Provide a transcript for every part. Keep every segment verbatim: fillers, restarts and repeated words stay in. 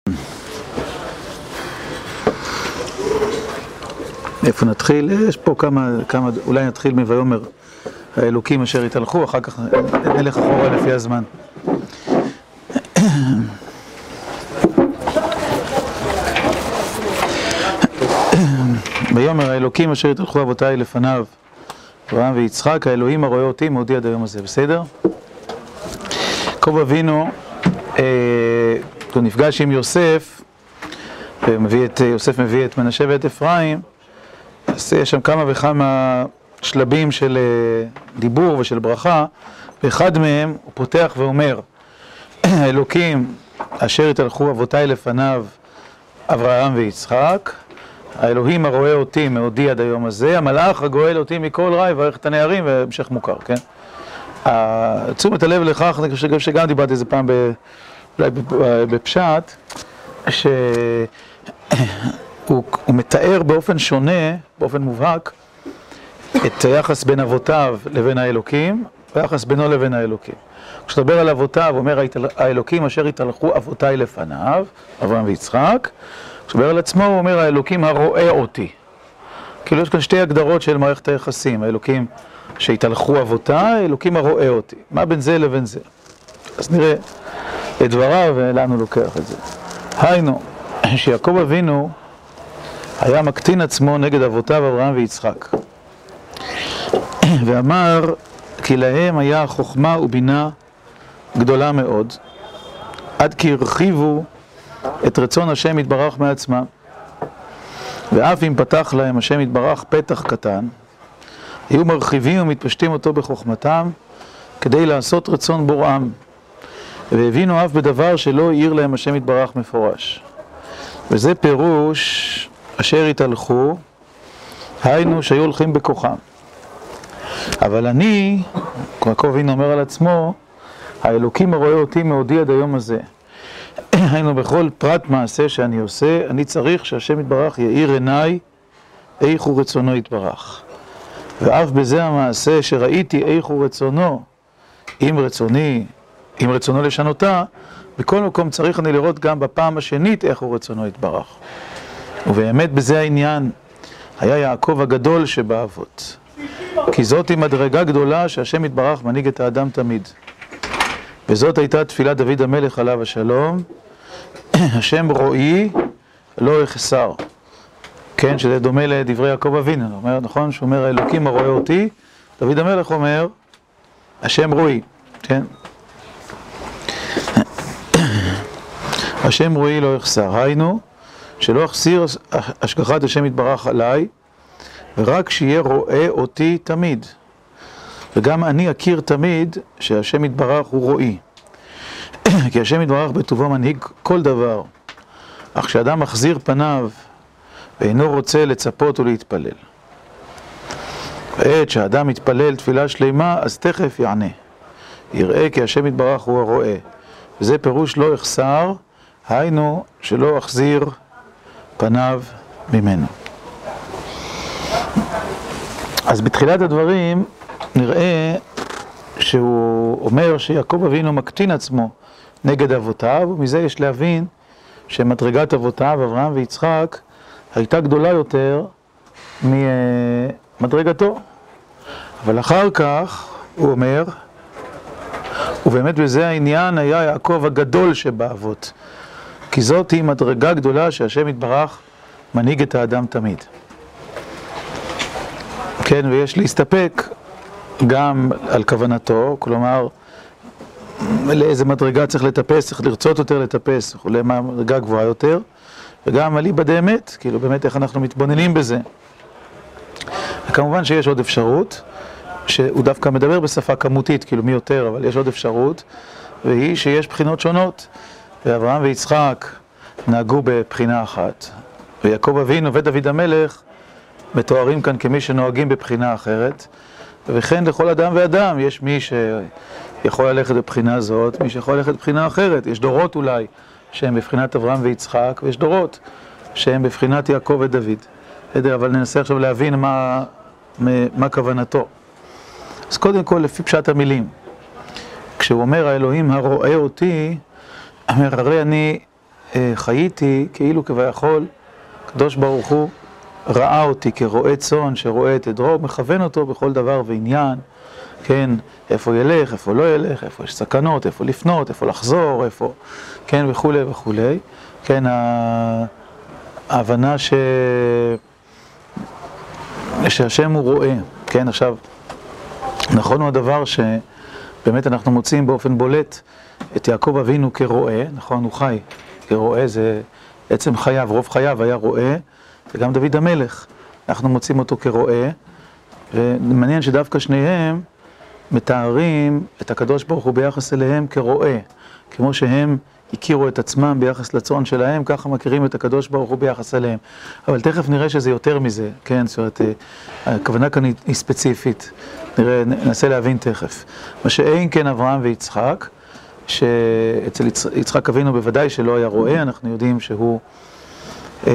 איפה נתחיל? יש פה כמה, כמה, אולי נתחיל מ"ויאמר האלוקים אשר יתהלכו", אחר כך נלך אחורה לפי הזמן. "ויאמר האלוקים אשר יתהלכו אבותיי לפניו, אברהם ויצחק, האלוהים הרואה אותי מעודי עד היום הזה", בסדר? יעקב אבינו, אה, הוא נפגש עם יוסף, ומביא את, יוסף מביא את מנשה ואת אפרים, אז יש שם כמה וכמה שלבים של דיבור ושל ברכה, ואחד מהם הוא פותח ואומר, האלוקים אשר יתהלכו אבותיי לפניו, אברהם ויצחק, האלוהים הרואה אותי מעודי עד היום הזה, המלאך הגואל אותי מכל רע יברך את הנערים, והמשך מוכר, כן? תשומת הלב לכך, אני חושב שגם דיברתי איזה פעם אולי בפשט, שהוא מתאר באופן שונה, באופן מובהק, את היחס בין אבותיו לבין האלוקים, והיחס בינו לבין האלוקים. כשדבר על אבותיו, הוא אומר, האלוקים אשר יתהלכו אבותיי לפניו, אברהם ויצחק. כשדבר על עצמו, הוא אומר, האלוקים הרואה אותי. כאילו יש כאן שתי הגדרות של מערכת היחסים, האלוקים שיתהלכו אבותיי, האלוקים הרואה אותי. מה בין זה לבין זה? אז נראה את דבריו ולאן הוא לוקח את זה. היינו, שיעקב אבינו היה מקטין עצמו נגד אבותיו אברהם ויצחק. ואמר כי להם היה חוכמה ובינה גדולה מאוד, עד כי הרחיבו את רצון השם יתברך מעצמם. ואף אם פתח להם השם יתברך פתח קטן, היו מרחיבים ומתפשטים אותו בחוכמתם, כדי לעשות רצון בוראם. והבינו אף בדבר שלא העיר להם השם יתברך מפורש. וזה פירוש אשר יתהלכו, היינו שהיו הולכים בכוחם. אבל אני, יעקב אבינו אומר על עצמו, האלוקים הרואה אותי מעודי עד היום הזה. היינו בכל פרט מעשה שאני עושה, אני צריך שהשם יתברך יאיר עיניי איך הוא רצונו יתברך. ואף בזה המעשה שראיתי איך הוא רצונו, אם רצוני, אם רצונו לשנותה, בכל מקום צריך אני לראות גם בפעם השנית איך הוא רצונו יתברך. ובאמת בזה העניין היה יעקב הגדול שבאבות. כי זאת היא מדרגה גדולה שהשם יתברך מנהיג את האדם תמיד. וזאת הייתה תפילת דוד המלך עליו השלום, השם רואי לא אחסר. כן, שזה דומה לדברי יעקב אבינו, אומר, נכון? שהוא אומר, האלוקים הרואה אותי, דוד המלך אומר, השם רואי, כן? השם רואי לא אחסר, היינו, שלא אחסיר השגחת השם יתברך עליי, ורק שיהיה רואה אותי תמיד. וגם אני אכיר תמיד שהשם יתברך הוא רואי. כי השם יתברך בטובו מנהיג כל דבר. אך כשאדם מחזיר פניו ואינו רוצה לצפות ולהתפלל. ועת שהאדם מתפלל תפילה שלמה, אז תכף יענה. יראה כי השם יתברך הוא הרואה. וזה פירוש לא אחסר, היינו שלא אחזיר פניו ממנו. אז בתחילת הדברים נראה שהוא אומר שיעקב אבינו מקטין עצמו נגד אבותיו, ומזה יש להבין שמדרגת אבותיו, אברהם ויצחק, הייתה גדולה יותר ממדרגתו. אבל אחר כך הוא אומר, ובאמת בזה העניין היה יעקב הגדול שבאבות, כי זאת היא מדרגה גדולה שהשם יתברך מנהיג את האדם תמיד. כן, ויש להסתפק גם על כוונתו, כלומר, לאיזה מדרגה צריך לטפס, צריך לרצות יותר לטפס, מה מדרגה גבוהה יותר, וגם על איבד האמת, כאילו באמת איך אנחנו מתבוננים בזה. וכמובן שיש עוד אפשרות, שהוא דווקא מדבר בשפה כמותית, כאילו מי יותר, אבל יש עוד אפשרות, והיא שיש בחינות שונות. ואברהם ויצחק נהגו בבחינה אחת, ויעקב אבינו ודוד המלך מתוארים כאן כמי שנוהגים בבחינה אחרת, וכן לכל אדם ואדם יש מי שיכול ללכת בבחינה זאת, מי שיכול ללכת בבחינה אחרת. יש דורות אולי שהם בבחינת אברהם ויצחק, ויש דורות שהם בבחינת יעקב ודוד. אבל ננסה עכשיו להבין מה, מה כוונתו. אז קודם כל, לפי פשט המילים, כשהוא אומר האלוהים הרואה אותי, אומר, הרי אני חייתי כאילו כביכול, הקדוש ברוך הוא ראה אותי כרועה צאן שרואה את עדרו, מכוון אותו בכל דבר ועניין, כן, איפה ילך, איפה לא ילך, איפה יש סכנות, איפה לפנות, איפה לחזור, איפה, כן, וכולי וכולי, כן, ההבנה ש... שהשם הוא רואה, כן, עכשיו, נכון הוא הדבר שבאמת אנחנו מוצאים באופן בולט את יעקב אבינו כרועה, נכון, הוא חי כרועה, זה עצם חייו, רוב חייו היה רועה, וגם דוד המלך, אנחנו מוצאים אותו כרועה, ומעניין שדווקא שניהם מתארים את הקדוש ברוך הוא ביחס אליהם כרועה, כמו שהם הכירו את עצמם ביחס לצאן שלהם, ככה מכירים את הקדוש ברוך הוא ביחס אליהם. אבל תכף נראה שזה יותר מזה, כן, זאת אומרת, הכוונה כאן היא ספציפית, נראה, ננסה להבין תכף. מה שאין כן אברהם ויצחק, שאצל יצחק אבינו בוודאי שלא היה רועה, אנחנו יודעים שהוא אה,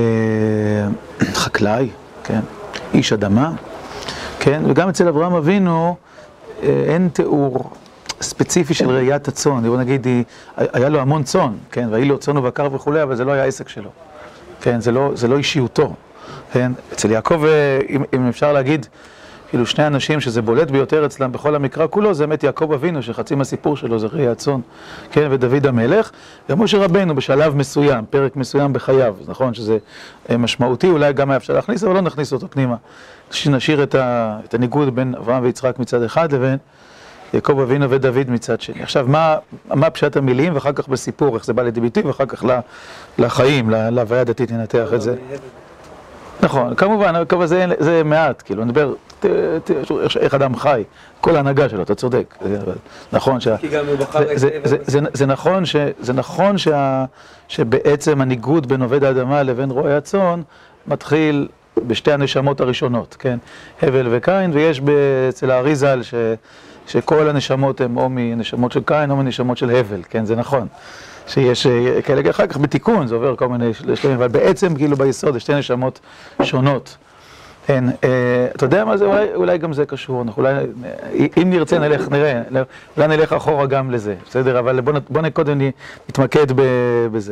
חקלאי, כן, איש אדמה, כן, וגם אצל אברהם אבינו אה, אין תיאור ספציפי של ראיית הצאן, בוא נגיד, היה לו המון צאן, כן, והיו לו צאן ובקר וכולי, אבל זה לא היה העסק שלו, כן, זה לא, זה לא אישיותו, כן, אצל יעקב, אם, אם אפשר להגיד, כאילו שני אנשים שזה בולט ביותר אצלם בכל המקרא כולו, זה באמת יעקב אבינו, שחצי מהסיפור שלו זה ראיית צאן, כן, ודוד המלך, ומשה רבנו בשלב מסוים, פרק מסוים בחייו, נכון שזה משמעותי, אולי גם היה אפשר להכניס, אבל לא נכניס אותו פנימה, שנשאיר את, ה, את הניגוד בין אברהם ויצחק מצד אחד לבין יעקב אבינו ודוד מצד שני. עכשיו, מה, מה פשט המילים, ואחר כך בסיפור, איך זה בא לידי ביטוי, ואחר כך לחיים, להוויה דתית ננתח את זה. נכון, כמובן, אבל זה, זה מעט, כאילו, אני מדבר, איך אדם חי, כל ההנהגה שלו, אתה צודק. נכון שה... כי גם הוא בחר... זה, זה, זה, זה נכון, ש, זה נכון שה, שבעצם הניגוד בין עובד האדמה לבין רועי הצאן מתחיל בשתי הנשמות הראשונות, כן? הבל וקין, ויש אצל האריז"ל ש... שכל הנשמות הן או מנשמות של קין או מנשמות של הבל, כן, זה נכון. שיש כאלה, אחר כך בתיקון, זה עובר כל מיני שלבים, אבל בעצם כאילו ביסוד יש שתי נשמות שונות. כן, אתה יודע מה זה? אולי, אולי גם זה קשור, אנחנו אולי, אם נרצה נלך, נראה, אולי נלך אחורה גם לזה, בסדר? אבל בוא, בוא קודם נתמקד בזה,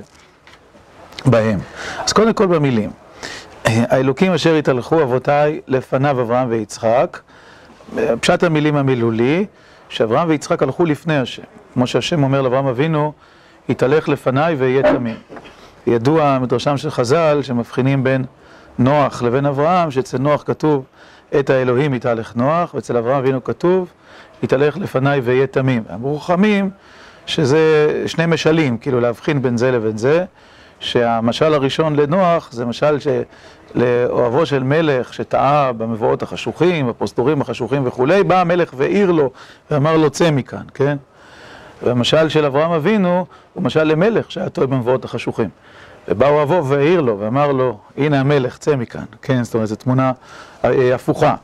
בהם. אז קודם כל במילים. האלוקים אשר התהלכו אבותיי לפניו אברהם ויצחק, פשט המילים המילולי, שאברהם ויצחק הלכו לפני השם. כמו שהשם אומר לאברהם אבינו, יתהלך לפניי ויהיה תמים. ידוע מדרשם של חז"ל שמבחינים בין נוח לבין אברהם, שאצל נוח כתוב את האלוהים יתהלך נוח, ואצל אברהם אבינו כתוב יתהלך לפניי ויהיה תמים. אמרו חכמים שזה שני משלים, כאילו להבחין בין זה לבין זה, שהמשל הראשון לנוח זה משל שלאוהבו של מלך שטעה במבואות החשוכים, בפרוזדורים החשוכים וכולי, בא המלך והעיר לו ואמר לו צא מכאן, כן? והמשל של אברהם אבינו הוא משל למלך שהיה טועה במבואות החשוכים. ובא אוהבו והעיר לו ואמר לו, הנה המלך, צא מכאן, כן? זאת אומרת, זו תמונה הפוכה.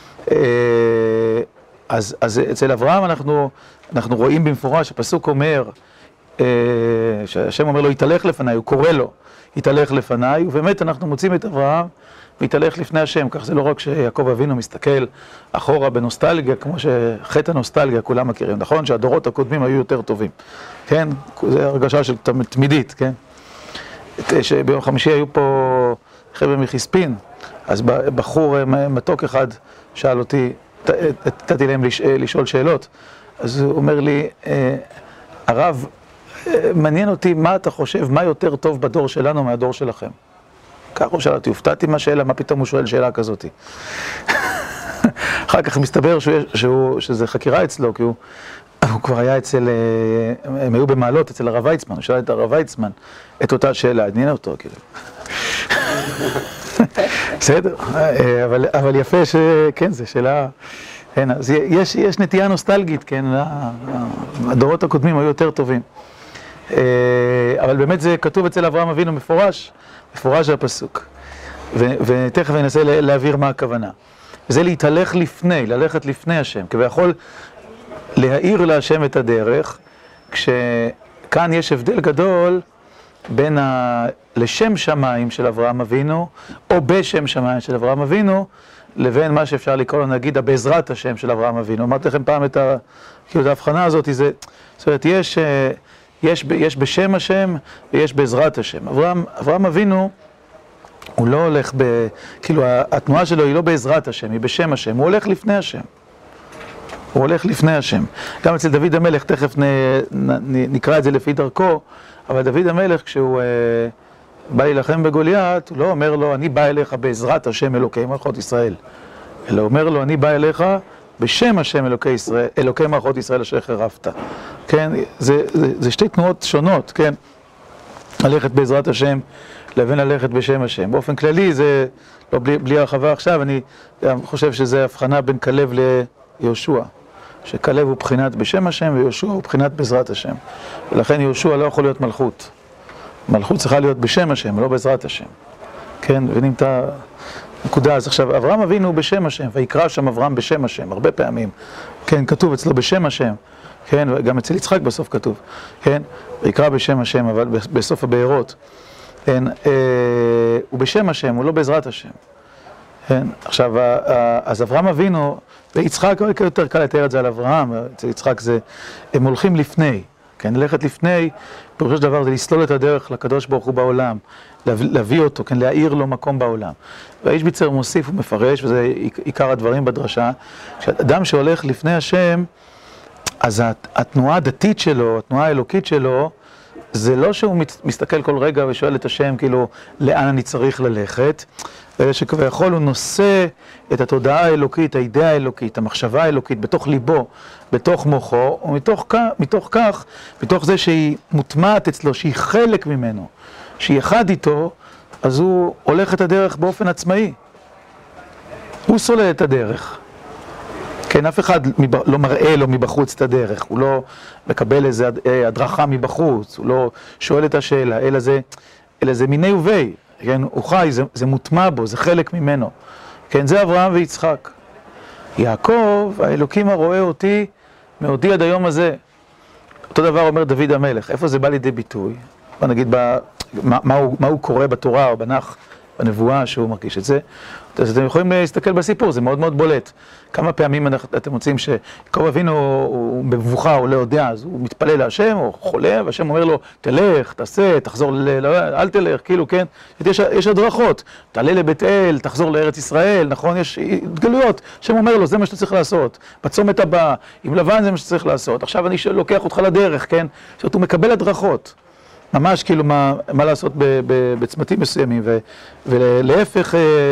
אז, אז אצל אברהם אנחנו, אנחנו רואים במפורש, הפסוק אומר, שהשם אומר לו, יתהלך לפניי, הוא קורא לו, יתהלך לפניי, ובאמת אנחנו מוצאים את אברהם, ויתהלך לפני השם, כך זה לא רק שיעקב אבינו מסתכל אחורה בנוסטלגיה, כמו שחטא הנוסטלגיה כולם מכירים, נכון? שהדורות הקודמים היו יותר טובים, כן? זו הרגשה של תמידית, כן? שביום חמישי היו פה חבר'ה מחיספין, אז בחור מתוק אחד שאל אותי, נתתי להם לשאול שאלות, אז הוא אומר לי, הרב, מעניין אותי מה אתה חושב, מה יותר טוב בדור שלנו מהדור שלכם. ככה הוא שאל אותי, הופתעתי מהשאלה, מה פתאום הוא שואל שאלה כזאת. אחר כך מסתבר שהוא, שהוא, שזה חקירה אצלו, כי הוא, הוא כבר היה אצל, הם היו במעלות אצל הרב ויצמן, הוא שאל את הרב ויצמן את אותה שאלה, עניין אותו, כאילו. בסדר, אבל, אבל יפה שכן, זו שאלה, כן, אז יש, יש נטייה נוסטלגית, כן, הדורות הקודמים היו יותר טובים. אבל באמת זה כתוב אצל אברהם אבינו מפורש, מפורש הפסוק. ו- ותכף אני אנסה להעביר מה הכוונה. וזה להתהלך לפני, ללכת לפני השם, כביכול להאיר להשם את הדרך, כשכאן יש הבדל גדול בין ה... לשם שמיים של אברהם אבינו, או בשם שמיים של אברהם אבינו, לבין מה שאפשר לקרוא לו, נגיד, בעזרת השם של אברהם אבינו. אמרתי לכם פעם את ה... כאילו, את ההבחנה הזאת, זה... זאת אומרת, יש... יש, יש בשם השם ויש בעזרת השם. אברהם, אברהם אבינו, הוא לא הולך ב... כאילו, התנועה שלו היא לא בעזרת השם, היא בשם השם, הוא הולך לפני השם. הוא הולך לפני השם. גם אצל דוד המלך, תכף נ, נ, נקרא את זה לפי דרכו, אבל דוד המלך, כשהוא אה, בא להילחם בגוליית, הוא לא אומר לו, אני בא אליך בעזרת השם אלוקי מערכות ישראל. אלא אומר לו, אני בא אליך בשם השם אלוקי ישראל, אלוקי מערכות ישראל אשר חרפת. כן, זה, זה, זה שתי תנועות שונות, כן? ללכת בעזרת השם, לבין ללכת בשם השם. באופן כללי, זה לא בלי, בלי הרחבה עכשיו, אני גם חושב שזה הבחנה בין כלב ליהושע. שכלב הוא בחינת בשם השם, ויהושע הוא בחינת בעזרת השם. ולכן יהושע לא יכול להיות מלכות. מלכות צריכה להיות בשם השם, לא בעזרת השם. כן, מבינים את הנקודה. אז עכשיו, אברהם אבינו בשם השם, ויקרא שם אברהם בשם השם, הרבה פעמים. כן, כתוב אצלו בשם השם. כן, וגם אצל יצחק בסוף כתוב. כן, ויקרא בשם השם, אבל בסוף הבארות. כן, אה, הוא בשם השם, הוא לא בעזרת השם. כן, עכשיו, אז אברהם אבינו, ויצחק, יותר קל לתאר את זה על אברהם, אצל יצחק זה, הם הולכים לפני, כן, ללכת לפני, פירושו של דבר זה לסלול את הדרך לקדוש ברוך הוא בעולם, להביא אותו, כן, להאיר לו מקום בעולם. והאישביצר מוסיף ומפרש, וזה עיקר הדברים בדרשה, כשאדם שהולך לפני השם, אז התנועה הדתית שלו, התנועה האלוקית שלו, זה לא שהוא מסתכל כל רגע ושואל את השם, כאילו, לאן אני צריך ללכת, אלא שכביכול הוא נושא את התודעה האלוקית, האידאה האלוקית, המחשבה האלוקית, בתוך ליבו, בתוך מוחו, ומתוך כך, מתוך כך, מתוך זה שהיא מוטמעת אצלו, שהיא חלק ממנו, שהיא אחד איתו, אז הוא הולך את הדרך באופן עצמאי. הוא סולל את הדרך. כן, אף אחד לא מראה לו מבחוץ את הדרך, הוא לא מקבל איזו הדרכה מבחוץ, הוא לא שואל את השאלה, אלא זה, אלא זה מיני ובי, כן, הוא חי, זה, זה מוטמע בו, זה חלק ממנו. כן, זה אברהם ויצחק. יעקב, האלוקים הרואה אותי, מעודי עד היום הזה. אותו דבר אומר דוד המלך, איפה זה בא לידי ביטוי? בוא נגיד, ב, מה, מה, הוא, מה הוא קורא בתורה או בנח, בנבואה שהוא מרגיש את זה. אז אתם יכולים להסתכל בסיפור, זה מאוד מאוד בולט. כמה פעמים אתם מוצאים שיעקב אבינו הוא במבוכה, הוא לא יודע, אז הוא מתפלל להשם, הוא חולה, והשם אומר לו, תלך, תעשה, תחזור, ל... אל תלך, כאילו, כן? יש, יש הדרכות, תעלה לבית אל, תחזור לארץ ישראל, נכון? יש התגלויות, השם אומר לו, זה מה שאתה צריך לעשות, בצומת הבא, עם לבן זה מה שאתה צריך לעשות, עכשיו אני לוקח אותך לדרך, כן? זאת אומרת, הוא מקבל הדרכות. ממש כאילו מה, מה לעשות בצמתים מסוימים, ו, ולהפך,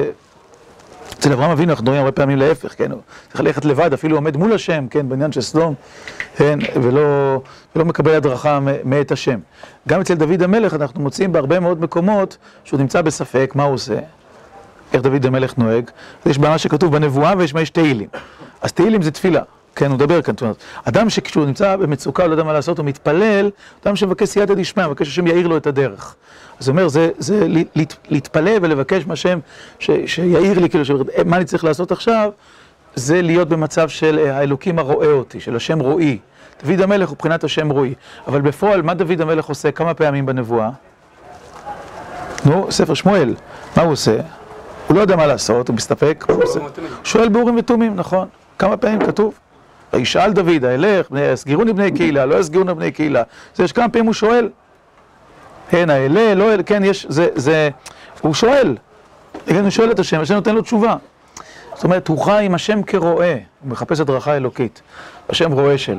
אצל אברהם אבינו אנחנו רואים הרבה פעמים להפך, כן, הוא צריך ללכת לבד, אפילו עומד מול השם, כן, בעניין של סדום, כן, ולא, ולא מקבל הדרכה מאת השם. גם אצל דוד המלך אנחנו מוצאים בהרבה מאוד מקומות שהוא נמצא בספק, מה הוא עושה, איך דוד המלך נוהג, יש מה שכתוב בנבואה ויש מה יש תהילים, אז תהילים זה תפילה. כן, הוא מדבר כאן, זאת אומרת, אדם שכשהוא נמצא במצוקה, הוא לא יודע מה לעשות, הוא מתפלל, אדם שמבקש סייעתא דשמיא, מבקש השם יאיר לו את הדרך. אז הוא אומר, זה, זה להתפלל ולבקש מהשם שיאיר לי, כאילו, מה אני צריך לעשות עכשיו, זה להיות במצב של האלוקים הרואה אותי, של השם רואי. דוד המלך הוא בחינת השם רואי. אבל בפועל, מה דוד המלך עושה כמה פעמים בנבואה? נו, ספר שמואל, מה הוא עושה? הוא לא יודע מה לעשות, הוא מסתפק, הוא שואל באורים ותומים, נכון? כמה פעמים כתוב? וישאל דוד, הילך, יסגירוני בני קהילה, לא יסגירוני בני קהילה. זה יש כמה פעמים הוא שואל. כן, האלה, לא, כן, יש, זה, זה, הוא שואל. הוא שואל את השם, השם נותן לו תשובה. זאת אומרת, הוא חי עם השם כרואה, הוא מחפש הדרכה אלוקית, השם רואה שלו.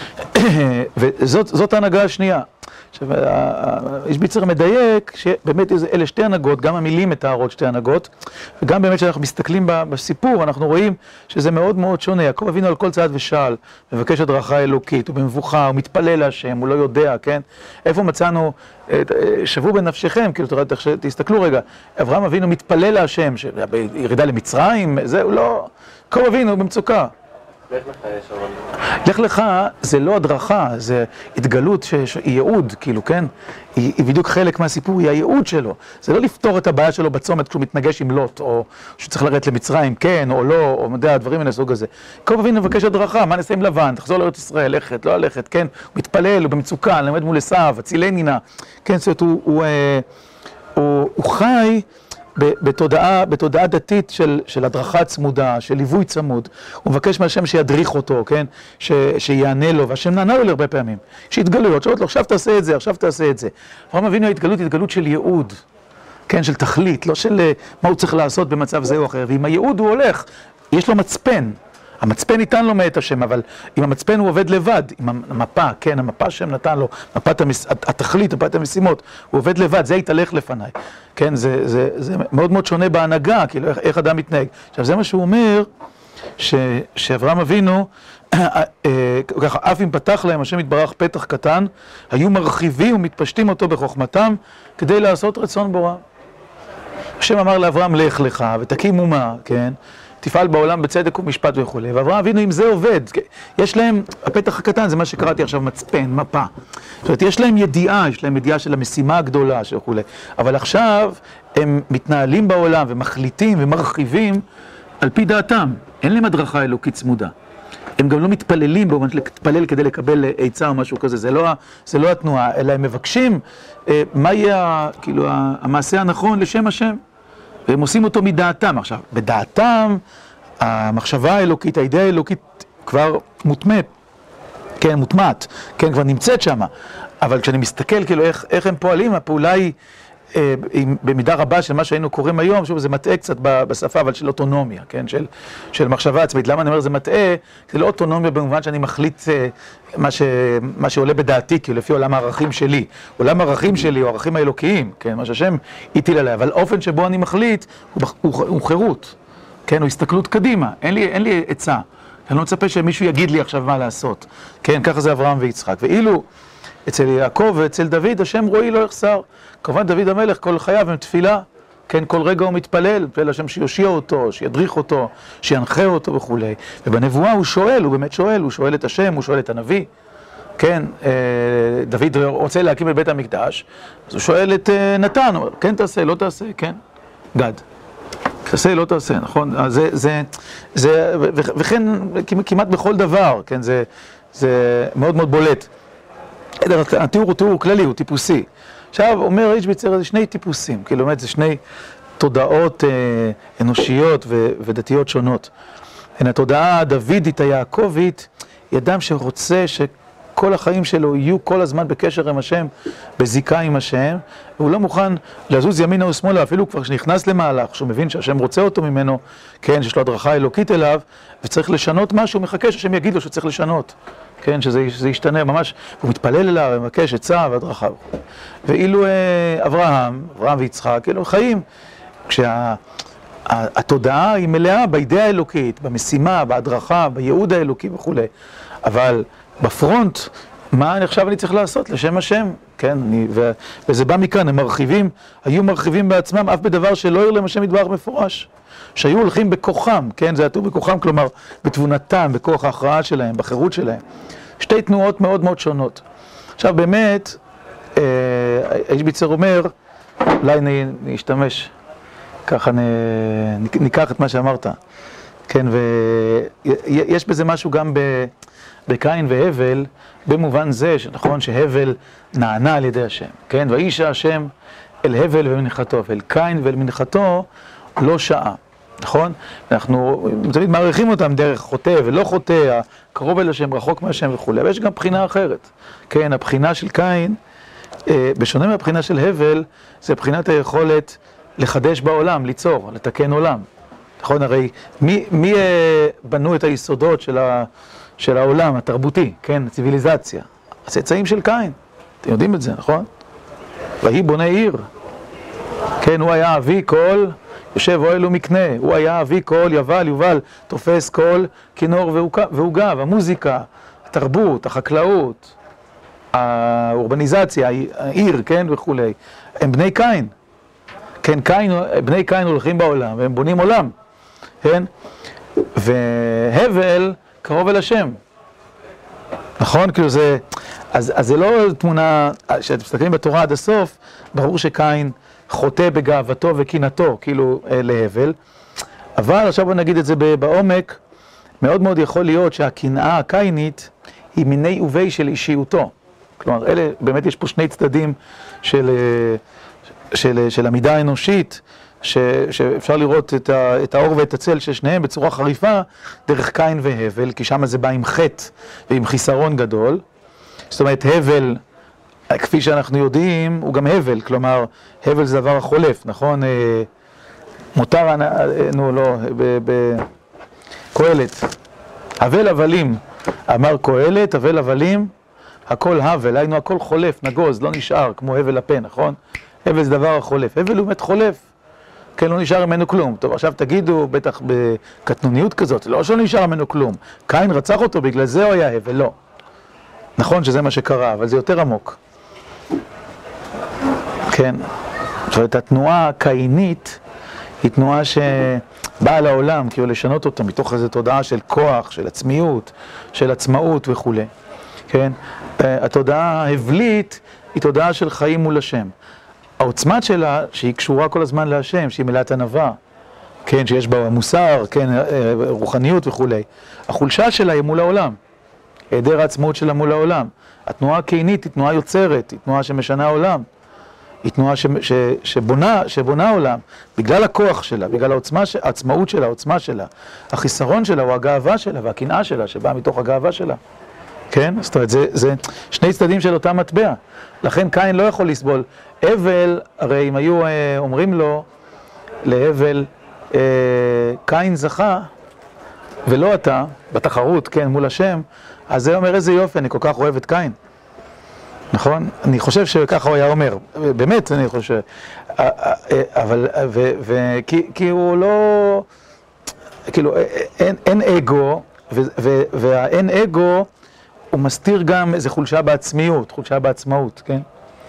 וזאת ההנהגה השנייה. עכשיו, האישביצר מדייק שבאמת אלה שתי הנהגות, גם המילים מתארות שתי הנהגות, וגם באמת כשאנחנו מסתכלים בסיפור, אנחנו רואים שזה מאוד מאוד שונה. יעקב אבינו על כל צעד ושעל, מבקש הדרכה אלוקית, הוא במבוכה, הוא מתפלל להשם, הוא לא יודע, כן? איפה מצאנו, שבו בנפשכם, כאילו, תסתכלו רגע, אברהם אבינו מתפלל להשם, ירידה למצרים, זהו, לא, יעקב אבינו במצוקה. לך לך יש אבל... לך לך זה לא הדרכה, זה התגלות שהיא ייעוד, כאילו, כן? היא, היא בדיוק חלק מהסיפור, היא הייעוד שלו. זה לא לפתור את הבעיה שלו בצומת כשהוא מתנגש עם לוט, או שהוא צריך לרדת למצרים, כן, או לא, או מדע, הדברים מן הסוג הזה. יעקב אבינו מבקש הדרכה, מה נעשה עם לבן? תחזור לארץ ישראל, לכת, לא ללכת, כן? הוא מתפלל, הוא במצוקה, למד מול עשיו, הצילני נא, כן? זאת אומרת, הוא, הוא, הוא, הוא חי בתודעה, בתודעה דתית של, של הדרכה צמודה, של ליווי צמוד. הוא מבקש מהשם שידריך אותו, כן? ש, שיענה לו, והשם נענה לו הרבה פעמים. יש התגלויות, שאומרות לו, עכשיו תעשה את זה, עכשיו תעשה את זה. אברהם אבינו ההתגלות, התגלות של ייעוד, כן? של תכלית, לא של מה הוא צריך לעשות במצב זה או אחר. ועם הייעוד הוא הולך, יש לו מצפן. המצפן ניתן לו מאת השם, אבל עם המצפן הוא עובד לבד, עם המפה, כן, המפה השם נתן לו, מפת המס... התכלית, מפת המשימות, הוא עובד לבד, זה יתהלך לפניי. כן, זה, זה, זה מאוד מאוד שונה בהנהגה, כאילו, איך, איך אדם מתנהג. עכשיו, זה מה שהוא אומר, ש... שאברהם אבינו, ככה, אף אם פתח להם, השם יתברך פתח קטן, היו מרחיבים ומתפשטים אותו בחוכמתם, כדי לעשות רצון בורא. השם אמר לאברהם, לך לך, ותקים אומה, כן? תפעל בעולם בצדק ומשפט וכו'. ואברהם אבינו עם זה עובד. יש להם, הפתח הקטן זה מה שקראתי עכשיו, מצפן, מפה. זאת אומרת, יש להם ידיעה, יש להם ידיעה של המשימה הגדולה וכו'. אבל עכשיו הם מתנהלים בעולם ומחליטים ומרחיבים על פי דעתם. אין להם הדרכה אלוקית צמודה. הם גם לא מתפללים, במובן של להתפלל כדי לקבל עצה או משהו כזה. זה לא, זה לא התנועה, אלא הם מבקשים אה, מה יהיה, כאילו, המעשה הנכון לשם השם. והם עושים אותו מדעתם. עכשיו, בדעתם, המחשבה האלוקית, האידאה האלוקית כבר מוטמעת, כן, מוטמעת, כן, כבר נמצאת שמה. אבל כשאני מסתכל, כאילו, איך, איך הם פועלים, הפעולה היא, אה, היא במידה רבה של מה שהיינו קוראים היום, שוב, זה מטעה קצת בשפה, אבל של אוטונומיה, כן, של, של מחשבה עצמית. למה אני אומר זה מטעה? זה לא אוטונומיה במובן שאני מחליט אה, מה, ש, מה שעולה בדעתי, כאילו, לפי עולם הערכים שלי. עולם הערכים שלי, או הערכים האלוקיים, כן, מה שהשם הטיל עליי, אבל האופן שבו אני מחליט, הוא, הוא, הוא חירות, כן, הוא הסתכלות קדימה, אין לי, אין לי עצה. אני לא מצפה שמישהו יגיד לי עכשיו מה לעשות. כן, ככה זה אברהם ויצחק. ואילו אצל יעקב ואצל דוד, השם רואי לא יחסר. כמובן דוד המלך, כל חייו הם תפילה. כן, כל רגע הוא מתפלל, מתפלל השם שיושיע אותו, שידריך אותו, שינחה אותו וכו'. ובנבואה הוא שואל, הוא באמת שואל, הוא שואל את השם, הוא שואל את הנביא. כן, דוד רוצה להקים את בית המקדש, אז הוא שואל את נתן, הוא אומר, כן תעשה, לא תעשה, כן, גד. תעשה, לא תעשה, נכון? זה, זה, זה, וכן כמעט בכל דבר, כן, זה, זה מאוד מאוד בולט. התיאור הוא תיאור כללי, הוא טיפוסי. עכשיו, אומר רישביצר, זה שני טיפוסים, כאילו, באמת, זה שני תודעות אה, אנושיות ו- ודתיות שונות. הנה, התודעה הדוידית, היעקבית, היא אדם שרוצה שכל החיים שלו יהיו כל הזמן בקשר עם השם, בזיקה עם השם, והוא לא מוכן לזוז ימינה או שמאלה, אפילו כבר כשנכנס למהלך, שהוא מבין שהשם רוצה אותו ממנו, כן, שיש לו הדרכה אלוקית אליו, וצריך לשנות משהו, הוא מחכה שהשם יגיד לו שצריך לשנות. כן, שזה, שזה ישתנה ממש, הוא מתפלל אליו, ומבקש עצה והדרכה. ואילו אה, אברהם, אברהם ויצחק, כאילו חיים, כשהתודעה היא מלאה באידאה האלוקית, במשימה, בהדרכה, בייעוד האלוקי וכו'. אבל בפרונט, מה עכשיו אני צריך לעשות לשם השם? כן, אני, ו, וזה בא מכאן, הם מרחיבים, היו מרחיבים בעצמם, אף בדבר שלא יראה להם השם יתברך מפורש. שהיו הולכים בכוחם, כן, זה היה בכוחם, כלומר, בתבונתם, בכוח ההכרעה שלהם, בחירות שלהם. שתי תנועות מאוד מאוד שונות. עכשיו, באמת, רישביצר אומר, אולי נשתמש, ככה ניקח את מה שאמרת, כן, ויש בזה משהו גם בקין והבל, במובן זה, שנכון, שהבל נענה על ידי השם, כן, ואיש השם אל הבל ומנחתו, ואל קין ואל מנחתו לא שעה. נכון? אנחנו תמיד מעריכים אותם דרך חוטא ולא חוטא, קרוב אל השם, רחוק מהשם וכו'. אבל יש גם בחינה אחרת. כן, הבחינה של קין, בשונה מהבחינה של הבל, זה בחינת היכולת לחדש בעולם, ליצור, לתקן עולם. נכון? הרי מי, מי בנו את היסודות של, ה, של העולם התרבותי, כן? הציביליזציה? הצאצאים של קין. אתם יודעים את זה, נכון? והיא בונה עיר. כן, הוא היה אבי כל... יושב אוהל ומקנה, הוא היה אבי כל, יבל, יובל, תופס כל, כינור ועוגב, המוזיקה, התרבות, החקלאות, האורבניזציה, העיר, כן, וכולי. הם בני קין. כן, קין, בני קין הולכים בעולם, והם בונים עולם. כן? והבל קרוב אל השם. נכון? כאילו זה... אז, אז זה לא תמונה, כשאתם מסתכלים בתורה עד הסוף, ברור שקין חוטא בגאוותו וקינתו, כאילו להבל. אבל עכשיו בוא נגיד את זה בעומק, מאוד מאוד יכול להיות שהקנאה הקיינית היא מיני ובי של אישיותו. כלומר, אלה, באמת יש פה שני צדדים של, של, של המידה האנושית, ש, שאפשר לראות את, ה, את האור ואת הצל של שניהם בצורה חריפה דרך קין והבל, כי שם זה בא עם חטא ועם חיסרון גדול. זאת אומרת, הבל, כפי שאנחנו יודעים, הוא גם הבל, כלומר, הבל זה דבר החולף, נכון? מותר, נו, לא, בקהלת. הבל הבלים, אמר קהלת, הבל הבלים, הכל הבל, היינו הכל חולף, נגוז, לא נשאר, כמו הבל הפה, נכון? הבל זה דבר החולף, הבל הוא באמת חולף, כן, לא נשאר ממנו כלום. טוב, עכשיו תגידו, בטח בקטנוניות כזאת, לא שלא נשאר ממנו כלום, קין רצח אותו, בגלל זה הוא היה הבל, לא. נכון שזה מה שקרה, אבל זה יותר עמוק. כן, זאת אומרת, התנועה הקינית היא תנועה שבאה לעולם, כאילו לשנות אותה מתוך איזו תודעה של כוח, של עצמיות, של עצמאות וכו'. כן, התודעה ההבלית היא תודעה של חיים מול השם. העוצמת שלה, שהיא קשורה כל הזמן להשם, שהיא מלאת ענווה, כן, שיש בה מוסר, כן, רוחניות וכו'. החולשה שלה היא מול העולם. היעדר העצמאות שלה מול העולם. התנועה הקינית היא תנועה יוצרת, היא תנועה שמשנה העולם. היא תנועה ש, ש, שבונה, שבונה עולם, בגלל הכוח שלה, בגלל העוצמה, העצמאות שלה, העוצמה שלה. החיסרון שלה הוא הגאווה שלה והקנאה שלה, שבאה מתוך הגאווה שלה. כן? זאת אומרת, זה, זה שני צדדים של אותה מטבע. לכן קין לא יכול לסבול. הבל, הרי אם היו אומרים לו, להבל, קין זכה, ולא אתה, בתחרות, כן, מול השם, אז זה אומר איזה יופי, אני כל כך אוהב את קין. נכון? אני חושב שככה הוא היה אומר. באמת, אני חושב. אבל, ו, ו, כי, כי הוא לא, כאילו, אין, אין אגו, ו, ו, והאין אגו, הוא מסתיר גם איזו חולשה בעצמיות, חולשה בעצמאות, כן?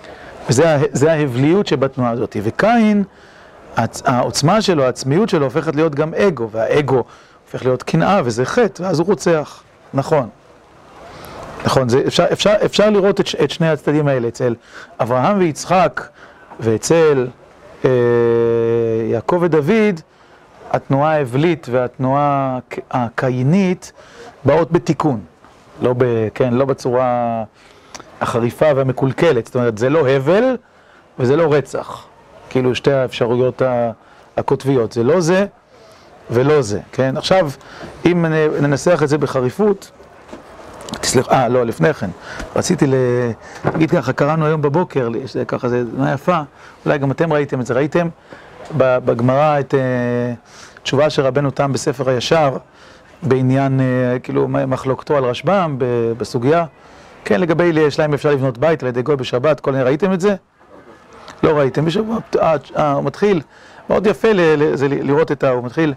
וזה ההבליות שבתנועה הזאת. וקין, העוצמה שלו, העצמיות שלו, הופכת להיות גם אגו, והאגו הופך להיות קנאה, וזה חטא, ואז הוא רוצח. נכון. נכון, זה, אפשר, אפשר, אפשר לראות את, את שני הצדדים האלה, אצל אברהם ויצחק, ואצל אה, יעקב ודוד, התנועה ההבלית והתנועה הקיינית באות בתיקון. לא, ב, כן, לא בצורה החריפה והמקולקלת, זאת אומרת, זה לא הבל וזה לא רצח. כאילו שתי האפשרויות הכותביות, זה לא זה ולא זה, כן? עכשיו, אם ננסח את זה בחריפות, תסלח, אה, לא, לפני כן, רציתי להגיד ככה, קראנו היום בבוקר, ככה זה מה יפה, אולי גם אתם ראיתם את זה, ראיתם בגמרא את תשובה של רבנו תם בספר הישר, בעניין, כאילו, מחלוקתו על רשב"ם, בסוגיה, כן, לגבי יש להם אפשר לבנות בית על ידי גוי בשבת, כל מיני, ראיתם את זה? לא ראיתם, בשבוע, אה, הוא מתחיל, מאוד יפה זה לראות את ה... הוא מתחיל,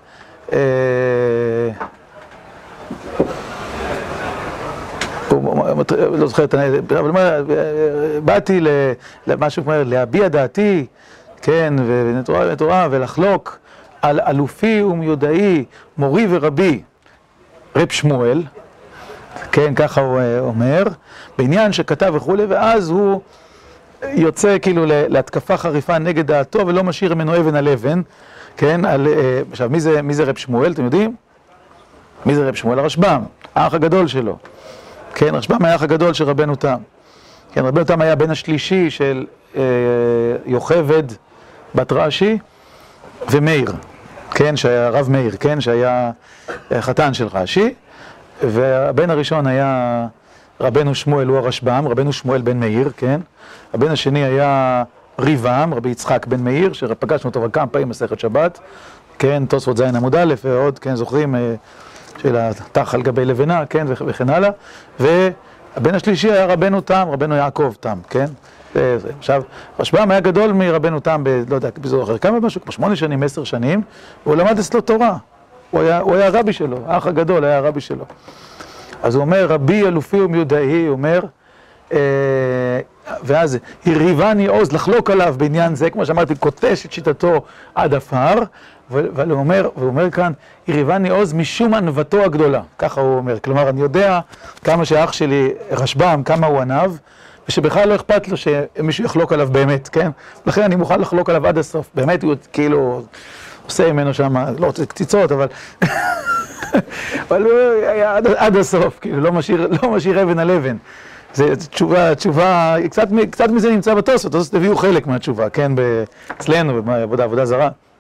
לא זוכר את הנהל, אבל באתי למשהו כמו להביע דעתי, כן, ונתורה ולחלוק על אלופי ומיודעי, מורי ורבי, רב שמואל, כן, ככה הוא אומר, בעניין שכתב וכולי, ואז הוא יוצא כאילו להתקפה חריפה נגד דעתו, ולא משאיר ממנו אבן על אבן, כן, על, עכשיו, מי זה, מי זה רב שמואל, אתם יודעים? מי זה רב שמואל? הרשב"ם, האח הגדול שלו. כן, רשב"ם היה האח הגדול של רבנו תם. כן, רבנו תם היה בן השלישי של אה, יוכבד, בת רש"י, ומאיר, כן, שהיה רב מאיר, כן, שהיה חתן של רש"י, והבן הראשון היה רבנו שמואל, הוא הרשב"ם, רבנו שמואל בן מאיר, כן, הבן השני היה ריבם, רבי יצחק בן מאיר, שפגשנו אותו כמה פעמים מסכת שבת, כן, תוספות זין עמוד א' ועוד, כן, זוכרים, של התח על גבי לבנה, כן, וכן הלאה, והבן השלישי היה רבנו תם, רבנו יעקב תם, כן, עכשיו, רשב"ם היה גדול מרבנו תם, לא יודע, בזו אחר, כמה משהו, כמו שמונה שנים, עשר שנים, והוא למד אצלו תורה, הוא היה, הוא היה הרבי שלו, האח הגדול היה הרבי שלו. אז הוא אומר, רבי אלופי ומיודעי, הוא אומר, אה, ואז הריבני עוז לחלוק עליו בעניין זה, כמו שאמרתי, קוטש את שיטתו עד עפר, והוא אומר, והוא אומר כאן, הריבני עוז משום ענוותו הגדולה, ככה הוא אומר, כלומר, אני יודע כמה שאח שלי רשב"ם, כמה הוא ענב, ושבכלל לא אכפת לו שמישהו יחלוק עליו באמת, כן? לכן אני מוכן לחלוק עליו עד הסוף, באמת הוא כאילו עושה ממנו שם, לא רוצה קציצות, אבל... אבל הוא היה עד, עד הסוף, כאילו, לא משאיר, לא משאיר אבן על אבן. זה תשובה, תשובה, קצת, קצת מזה נמצא בתוספות, תוספות הביאו חלק מהתשובה, כן, אצלנו, בעבודה, עבודה זרה.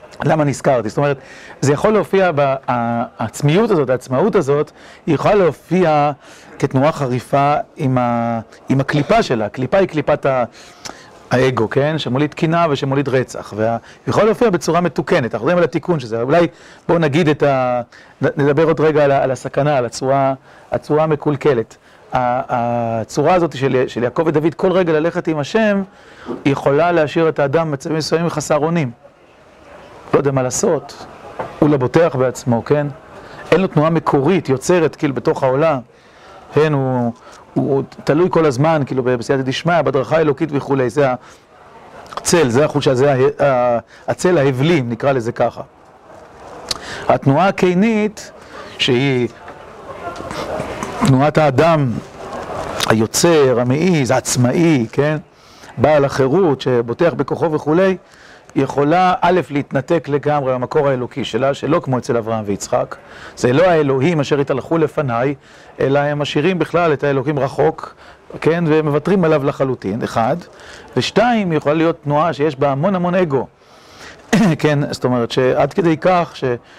למה נזכרתי? זאת אומרת, זה יכול להופיע, העצמיות הזאת, העצמאות הזאת, היא יכולה להופיע כתנועה חריפה עם, ה, עם הקליפה שלה. הקליפה היא קליפת ה, האגו, כן? שמוליד קנאה ושמוליד רצח. ויכול להופיע בצורה מתוקנת. אנחנו יודעים על התיקון שזה. אולי בואו נגיד את ה... נדבר עוד רגע על, על הסכנה, על הצורה, הצורה המקולקלת. הצורה הזאת של, של יעקב ודוד, כל רגע ללכת עם השם, היא יכולה להשאיר את האדם במצבים מסוימים חסר אונים. לא יודע מה לעשות, הוא לא בוטח בעצמו, כן? אין לו תנועה מקורית, יוצרת, כאילו, בתוך העולם. כן, הוא, הוא תלוי כל הזמן, כאילו, בסייעתא דשמיא, בדרכה האלוקית וכולי. זה הצל, זה החולשה, זה הצל ההבלים, נקרא לזה ככה. התנועה הקינית, שהיא תנועת האדם היוצר, המעיז, העצמאי, כן? בעל החירות, שבוטח בכוחו וכולי, יכולה א' להתנתק לגמרי במקור האלוקי שלה, שלא כמו אצל אברהם ויצחק. זה לא האלוהים אשר התהלכו לפניי, אלא הם משאירים בכלל את האלוהים רחוק, כן? ומוותרים עליו לחלוטין, אחד. ושתיים, יכולה להיות תנועה שיש בה המון המון אגו. כן, זאת אומרת שעד כדי כך,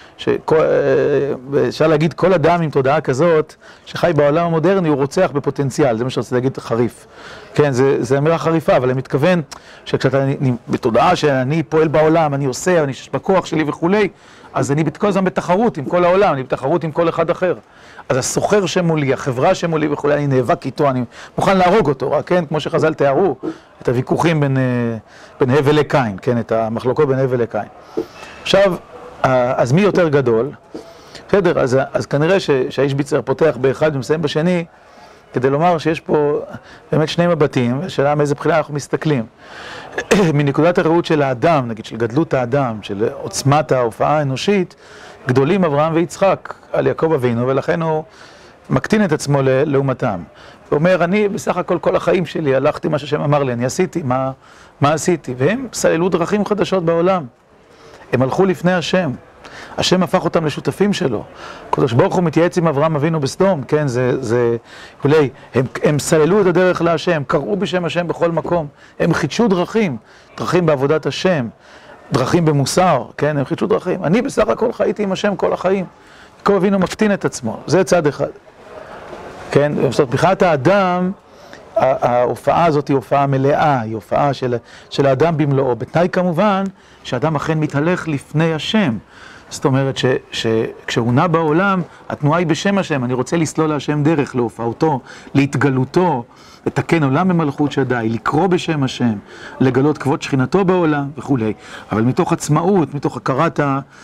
שאפשר להגיד כל אדם עם תודעה כזאת, שחי בעולם המודרני, הוא רוצח בפוטנציאל, זה מה שרציתי להגיד חריף. כן, זה, זה אמירה חריפה, אבל אני מתכוון שכשאתה בתודעה שאני פועל בעולם, אני עושה, אני בכוח שלי וכולי, אז אני כל הזמן בתחרות עם כל העולם, אני בתחרות עם כל אחד אחר. אז הסוחר שמולי, החברה שמולי וכולי, אני נאבק איתו, אני מוכן להרוג אותו, רק, כן, כמו שחז"ל תיארו, את הוויכוחים בין, בין הבל לקין, כן, את המחלוקות בין הבל לקין. עכשיו, אז מי יותר גדול? בסדר, אז, אז כנראה שהאיש ביצר פותח באחד ומסיים בשני, כדי לומר שיש פה באמת שני מבטים, ושאלה מאיזה בחינה אנחנו מסתכלים. מנקודת הראות של האדם, נגיד של גדלות האדם, של עוצמת ההופעה האנושית, גדולים אברהם ויצחק על יעקב אבינו, ולכן הוא מקטין את עצמו לעומתם. הוא אומר, אני בסך הכל כל החיים שלי הלכתי מה שהשם אמר לי, אני עשיתי, מה, מה עשיתי? והם סללו דרכים חדשות בעולם. הם הלכו לפני השם. השם הפך אותם לשותפים שלו. הקדוש ברוך הוא מתייעץ עם אברהם אבינו בסדום, כן, זה, זה, אולי, הם, הם סללו את הדרך להשם, קראו בשם השם בכל מקום, הם חידשו דרכים, דרכים בעבודת השם, דרכים במוסר, כן, הם חידשו דרכים. אני בסך הכל חייתי עם השם כל החיים. יעקב אבינו מקטין את עצמו, זה צד אחד. כן, זאת מבחינת האדם, ההופעה הזאת היא הופעה מלאה, היא הופעה של, של האדם במלואו, בתנאי כמובן שהאדם אכן מתהלך לפני השם. זאת אומרת שכשהוא נע בעולם, התנועה היא בשם השם, אני רוצה לסלול להשם דרך להופעותו, להתגלותו, לתקן עולם במלכות שדי, לקרוא בשם השם, לגלות כבוד שכינתו בעולם וכולי. אבל מתוך עצמאות, מתוך הכרת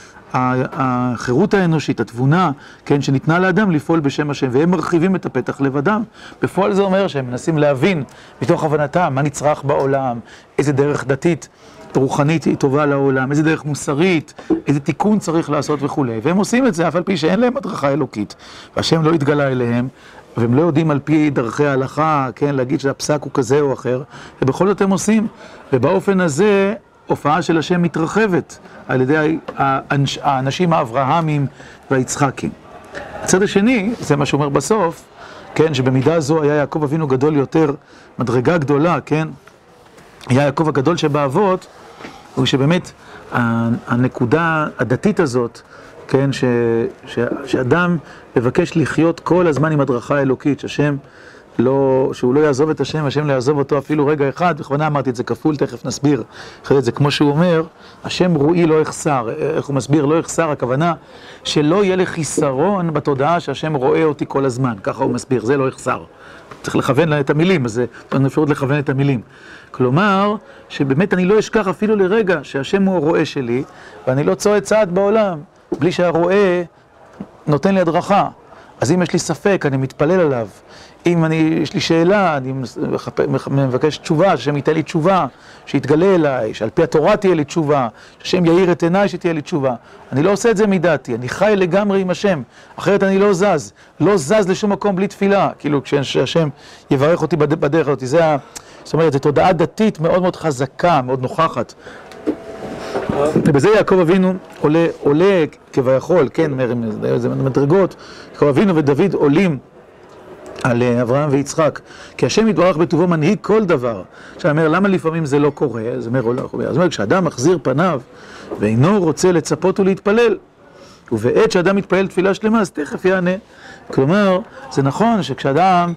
החירות האנושית, התבונה, כן, שניתנה לאדם לפעול בשם השם, והם מרחיבים את הפתח לבדם. בפועל זה אומר שהם מנסים להבין מתוך הבנתם מה נצרך בעולם, איזה דרך דתית, רוחנית היא טובה לעולם, איזה דרך מוסרית, איזה תיקון צריך לעשות וכולי. והם עושים את זה אף על פי שאין להם הדרכה אלוקית, והשם לא התגלה אליהם, והם לא יודעים על פי דרכי ההלכה, כן, להגיד שהפסק הוא כזה או אחר, ובכל זאת הם עושים. ובאופן הזה, הופעה של השם מתרחבת על ידי האנשים האברהמים והיצחקים. הצד השני, זה מה שאומר בסוף, כן, שבמידה זו היה יעקב אבינו גדול יותר, מדרגה גדולה, כן, היה יעקב הגדול שבאבות, הוא שבאמת הנקודה הדתית הזאת, כן, ש, ש, שאדם מבקש לחיות כל הזמן עם הדרכה האלוקית, שהשם לא, שהוא לא יעזוב את השם, השם לא יעזוב אותו אפילו רגע אחד, בכוונה אמרתי את זה כפול, תכף נסביר אחרי זה, כמו שהוא אומר, השם רואי לא יחסר, איך הוא מסביר, לא יחסר, הכוונה שלא יהיה לחיסרון בתודעה שהשם רואה אותי כל הזמן, ככה הוא מסביר, זה לא יחסר. צריך לכוון את המילים, אז אין אפשרות לכוון את המילים. כלומר, שבאמת אני לא אשכח אפילו לרגע שהשם הוא הרואה שלי, ואני לא צועד צעד בעולם, בלי שהרואה נותן לי הדרכה. אז אם יש לי ספק, אני מתפלל עליו. אם אני, יש לי שאלה, אני מבקש תשובה, שהשם ייתן לי תשובה, שיתגלה אליי, שעל פי התורה תהיה לי תשובה, שהשם יאיר את עיניי שתהיה לי תשובה. אני לא עושה את זה מדעתי, אני חי לגמרי עם השם, אחרת אני לא זז. לא זז לשום מקום בלי תפילה, כאילו כשהשם יברך אותי בדרך הזאת. זה, זאת אומרת, זו תודעה דתית מאוד מאוד חזקה, מאוד נוכחת. ובזה יעקב אבינו עולה, עולה כביכול, כן, זה מדרגות, יעקב אבינו ודוד עולים על אברהם ויצחק, כי השם יתברך בטובו מנהיג כל דבר. עכשיו אומר, למה לפעמים זה לא קורה? זה אומר, לא קורה. זאת אומרת, כשאדם מחזיר פניו ואינו רוצה לצפות ולהתפלל. ובעת שאדם מתפלל תפילה שלמה, אז תכף יענה. כלומר, זה נכון שכשאדם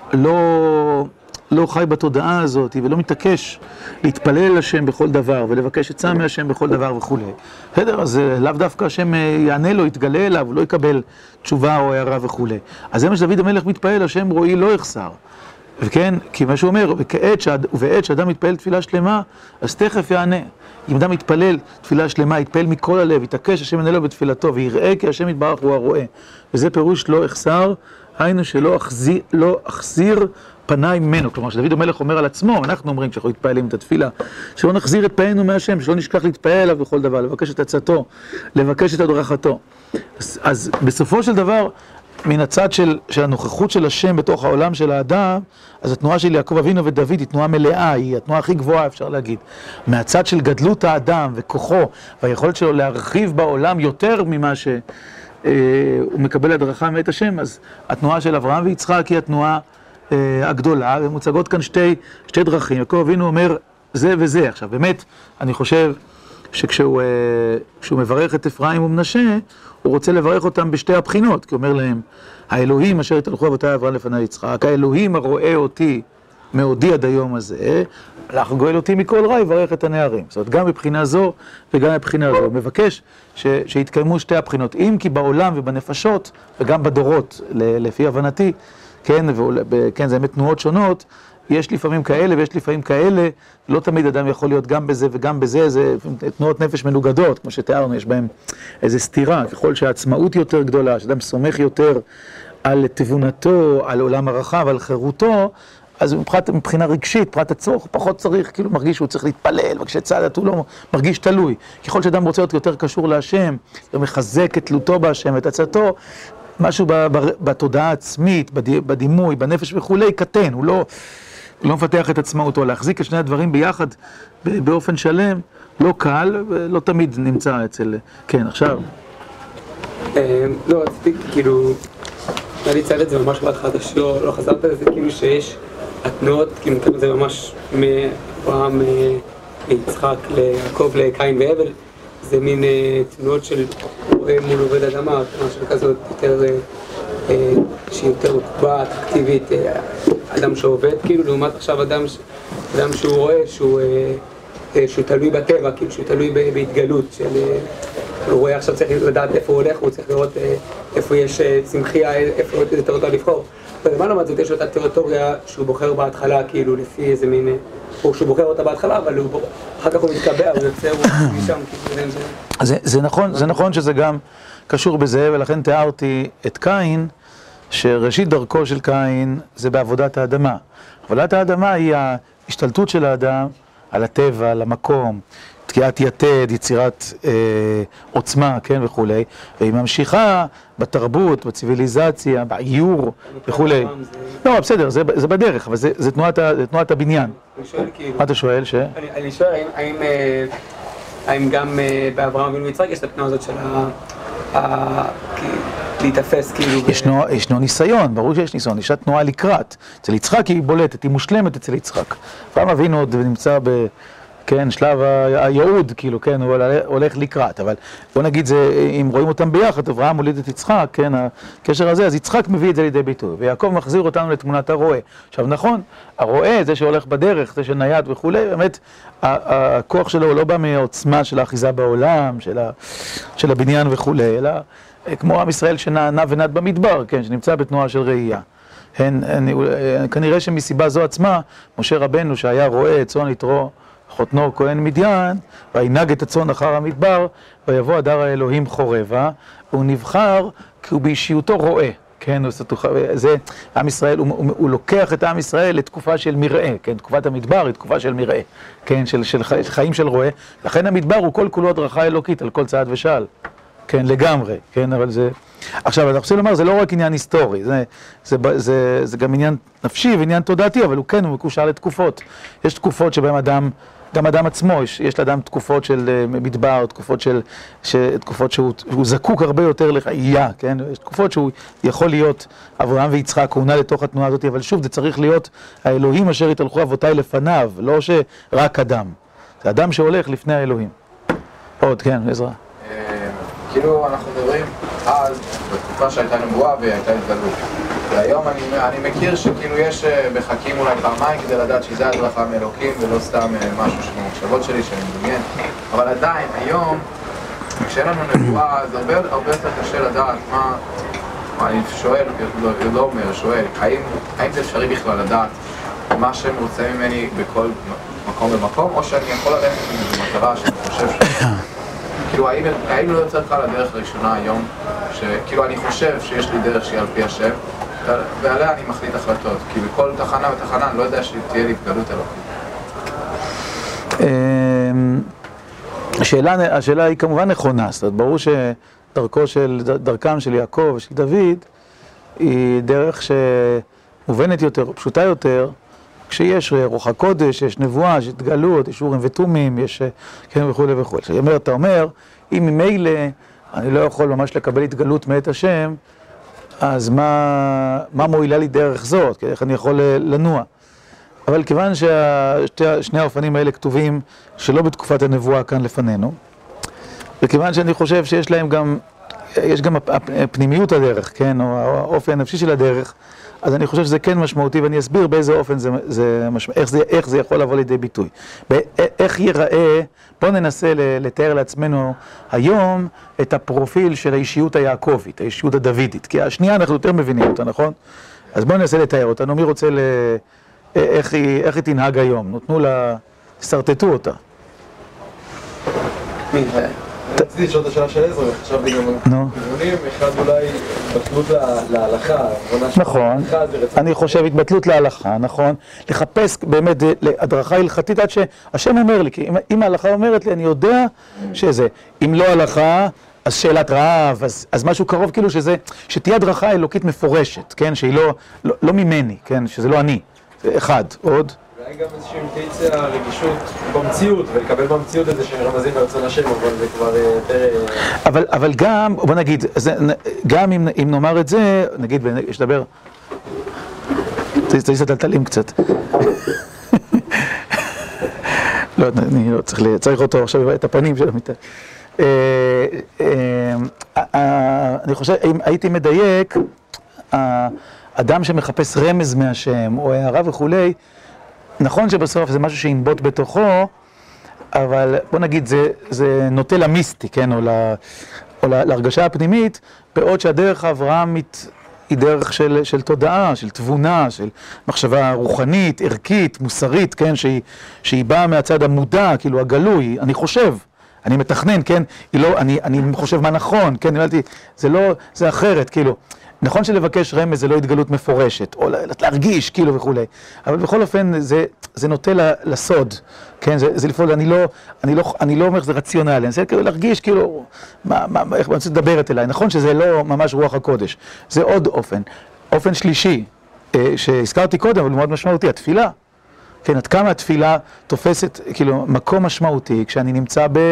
לא, לא חי בתודעה הזאת ולא מתעקש להתפלל לשם בכל דבר ולבקש עצה מהשם בכל דבר וכו'. בסדר, אז לאו דווקא השם יענה לו, יתגלה אליו, הוא לא יקבל תשובה או הערה וכו'. אז זה מה שדוד המלך מתפלל, השם רואי לא יחסר. וכן, כי מה שהוא אומר, ובעת שאדם מתפלל תפילה שלמה, אז תכף יענה. אם אדם מתפלל תפילה שלמה, יתפלל מכל הלב, יתעקש השם יענה לו בתפילתו, ויראה כי השם יתברך הוא הרואה. וזה פירוש לא אחסר, היינו שלא אחזיר, לא אחזיר פניי ממנו. כלומר, שדוד המלך אומר על עצמו, אנחנו אומרים כשאנחנו מתפעלים את התפילה, שלא נחזיר את פנינו מהשם, שלא נשכח להתפעל עליו בכל דבר, לבקש את עצתו, לבקש את הדרכתו. אז, אז בסופו של דבר, מן הצד של, של הנוכחות של השם בתוך העולם של האדם, אז התנועה של יעקב אבינו ודוד היא תנועה מלאה, היא התנועה הכי גבוהה אפשר להגיד. מהצד של גדלות האדם וכוחו והיכולת שלו להרחיב בעולם יותר ממה שהוא אה, מקבל הדרכה מאת השם, אז התנועה של אברהם ויצחק היא התנועה אה, הגדולה, ומוצגות כאן שתי, שתי דרכים. יעקב אבינו אומר זה וזה. עכשיו באמת, אני חושב שכשהוא כשהוא מברך את אפרים ומנשה, הוא רוצה לברך אותם בשתי הבחינות, כי הוא אומר להם, האלוהים אשר התהלכו אבותיי אברהם לפני יצחק, האלוהים הרואה אותי מעודי עד היום הזה, הלך גואל אותי מכל רע, יברך את הנערים. זאת אומרת, גם מבחינה זו וגם מבחינה זו. הוא מבקש ש, שיתקיימו שתי הבחינות, אם כי בעולם ובנפשות, וגם בדורות, לפי הבנתי, כן, כן, זה באמת תנועות שונות, יש לפעמים כאלה ויש לפעמים כאלה, לא תמיד אדם יכול להיות גם בזה וגם בזה, זה תנועות נפש מנוגדות, כמו שתיארנו, יש בהם איזו סתירה, ככל שהעצמאות יותר גדולה, שאדם סומך יותר על תבונתו, על עולם הרחב, על חירותו, אז מבחינת, מבחינה רגשית, מבחינת הצורך, הוא פחות צריך, כאילו מרגיש שהוא צריך להתפלל, וכשצעדת הוא לא מרגיש תלוי. ככל שאדם רוצה להיות יותר קשור להשם, הוא מחזק את תלותו בהשם, את עצתו, משהו בתודעה העצמית, בדימוי, בנפש וכולי, קטן, הוא לא... לא מפתח את עצמאותו, להחזיק את שני הדברים ביחד באופן שלם, לא קל ולא תמיד נמצא אצל... כן, עכשיו. לא, רציתי, כאילו, אני ציין את זה ממש בהתחלה, לא חזרת לזה, כאילו שיש התנועות, כאילו נתן את זה ממש מאברהם, מיצחק, ליעקב, לקין והבל, זה מין תנועות של רואה מול עובד אדמה, משהו כזאת יותר... שהיא יותר קובעת, אקטיבית, אדם שעובד, כאילו, לעומת עכשיו אדם, אדם שהוא רואה שהוא, שהוא תלוי בטבע, כאילו, שהוא תלוי בהתגלות, של, הוא רואה עכשיו צריך לדעת איפה הוא הולך, הוא צריך לראות איפה יש צמחייה, איפה הוא איזה טריטוריה לבחור. ומה לעומת זאת, יש אותה טריטוריה שהוא בוחר בהתחלה, כאילו, לפי איזה מין, או שהוא בוחר אותה בהתחלה, אבל הוא, אחר כך הוא מתקבע, הוא יוצר, הוא משם, כאילו, זה, זה נכון, זה נכון שזה גם קשור בזה, ולכן תיארתי את קין, שראשית דרכו של קין זה בעבודת האדמה. עבודת האדמה היא ההשתלטות של האדם על הטבע, על המקום, תקיעת יתד, יצירת אה, עוצמה, כן, וכולי, והיא ממשיכה בתרבות, בציביליזציה, באיור, וכולי. לא, בסדר, זה, זה בדרך, אבל זה, זה, תנועת, זה תנועת הבניין. אני שואל כאילו... מה אתה שואל, ש? אני, אני שואל, האם, האם, האם גם באברהם אבינו ויצחק יש את התנועה הזאת של ה... ה... להתאפס כאילו... ישנו, ישנו ניסיון, ברור שיש ניסיון, יש תנועה לקראת. אצל יצחק היא בולטת, היא מושלמת אצל יצחק. אברהם אבינו עוד נמצא ב... כן, שלב הייעוד, כאילו, כן, הוא הולך לקראת, אבל בוא נגיד זה, אם רואים אותם ביחד, אברהם מוליד את יצחק, כן, הקשר הזה, אז יצחק מביא את זה לידי ביטוי, ויעקב מחזיר אותנו לתמונת הרועה. עכשיו, נכון, הרועה, זה שהולך בדרך, זה שנייד וכולי, באמת, הכוח שלו הוא לא בא מהעוצמה של האחיזה בעולם, של, ה, של הבניין וכולי, אלא כמו עם ישראל שנע ונד במדבר, כן, שנמצא בתנועה של ראייה. הן, הן, כנראה שמסיבה זו עצמה, משה רבנו שהיה רועה, צאן יתרו, חותנו כהן מדיין, וינהג את הצאן אחר המדבר, ויבוא הדר האלוהים חורבה, והוא נבחר כי הוא באישיותו רואה, כן, זה, עם ישראל, הוא, הוא, הוא לוקח את עם ישראל לתקופה של מראה, כן, תקופת המדבר היא תקופה של מראה, כן, של, של חיים של רואה, לכן המדבר הוא כל כולו הדרכה אלוקית על כל צעד ושעל, כן, לגמרי, כן, אבל זה... עכשיו, אני רוצה לומר, זה לא רק עניין היסטורי, זה, זה, זה, זה גם עניין נפשי ועניין תודעתי, אבל הוא כן, הוא מקושר לתקופות. יש תקופות שבהם אדם, גם אדם עצמו, יש, יש לאדם תקופות של מדבר, תקופות של, ש, תקופות שהוא, שהוא זקוק הרבה יותר לחייה, כן? יש תקופות שהוא יכול להיות אברהם ויצחק, הוא עונה לתוך התנועה הזאת, אבל שוב, זה צריך להיות האלוהים אשר התהלכו אבותיי לפניו, לא שרק אדם. זה אדם שהולך לפני האלוהים. עוד, כן, עזרא. כאילו אנחנו מדברים אז, בתקופה שהייתה נבואה והייתה התגלות. והיום אני, אני מכיר שכאילו יש בחכים אולי פעמיים כדי לדעת שזה הדרכה מאלוקים ולא סתם משהו שבמחשבות שלי שאני מדמיין. אבל עדיין, היום, כשאין לנו נבואה, אז הרבה, הרבה יותר קשה לדעת מה, מה אני שואל, לא, לא אומר, שואל, האם, האם זה אפשרי בכלל לדעת מה שהם רוצים ממני בכל מקום ומקום, או שאני יכול ללכת עם איזו מטרה שאני חושב ש... כאילו, האם, האם לא יוצא לך לדרך הראשונה היום, שכאילו אני חושב שיש לי דרך שהיא על פי השם, ועליה אני מחליט החלטות, כי בכל תחנה ותחנה אני לא יודע שתהיה לי התגלות אלוקית. השאלה, השאלה היא כמובן נכונה, זאת אומרת, ברור שדרכו של, דרכם של יעקב ושל דוד היא דרך שמובנת יותר, פשוטה יותר, כשיש רוח הקודש, יש נבואה, יש התגלות, יש אורים ותומים, יש כן וכו' וכו'. זאת אומרת, אתה אומר, אם ממילא אני לא יכול ממש לקבל התגלות מאת השם, אז מה, מה מועילה לי דרך זאת? איך אני יכול לנוע? אבל כיוון ששני האופנים האלה כתובים שלא בתקופת הנבואה כאן לפנינו, וכיוון שאני חושב שיש להם גם, יש גם פנימיות הדרך, כן, או האופי הנפשי של הדרך, אז אני חושב שזה כן משמעותי, ואני אסביר באיזה אופן זה, זה משמע, איך זה, איך זה יכול לבוא לידי ביטוי. איך ייראה, בואו ננסה לתאר לעצמנו היום את הפרופיל של האישיות היעקבית, האישיות הדוידית, כי השנייה אנחנו יותר מבינים אותה, נכון? אז בואו ננסה לתאר אותה, מי רוצה ל... איך היא, איך היא תנהג היום? נותנו לה, סרטטו אותה. רציתי לשאול את השאלה של עזרא, וחשבתי גם על כיוונים, אחד אולי התבטלות להלכה. נכון, אני חושב התבטלות להלכה, נכון. לחפש באמת הדרכה הלכתית עד שהשם אומר לי, כי אם ההלכה אומרת לי, אני יודע שזה. אם לא הלכה, אז שאלת רעב, אז משהו קרוב כאילו שזה, שתהיה הדרכה אלוקית מפורשת, כן? שהיא לא ממני, כן? שזה לא אני. אחד, עוד. אולי גם איזושהי אינטואיציה, רגישות במציאות, ולקבל במציאות איזה שהם רמזים ברצון השם, אבל זה כבר יותר... אבל, אבל גם, בוא נגיד, גם אם, אם נאמר את זה, נגיד, יש לדבר, צריך לטלטלים קצת. לא, אני לא צריך, צריך אותו עכשיו את הפנים של המיטה. אני חושב, אם הייתי מדייק, אדם שמחפש רמז מהשם, או הערה וכולי, נכון שבסוף זה משהו שינבוט בתוכו, אבל בוא נגיד, זה, זה נוטה למיסטי, כן, או, לה, או לה, להרגשה הפנימית, בעוד שהדרך האברהמית היא דרך של, של תודעה, של תבונה, של מחשבה רוחנית, ערכית, מוסרית, כן, שהיא, שהיא באה מהצד המודע, כאילו הגלוי, אני חושב, אני מתכנן, כן, היא לא, אני, אני חושב מה נכון, כן, נראיתי, זה לא, זה אחרת, כאילו, נכון שלבקש רמז זה לא התגלות מפורשת, או להרגיש, כאילו וכולי, אבל בכל אופן זה, זה נוטה לסוד, כן, זה, זה לפעול, אני לא, אני לא, אני לא אומר שזה רציונלי, אני רוצה כאילו להרגיש, כאילו, מה, מה, איך אני רוצה לדברת אליי, נכון שזה לא ממש רוח הקודש, זה עוד אופן. אופן שלישי, שהזכרתי קודם, אבל מאוד משמעותי, התפילה. כן, עד כמה התפילה תופסת, כאילו, מקום משמעותי, כשאני נמצא ב...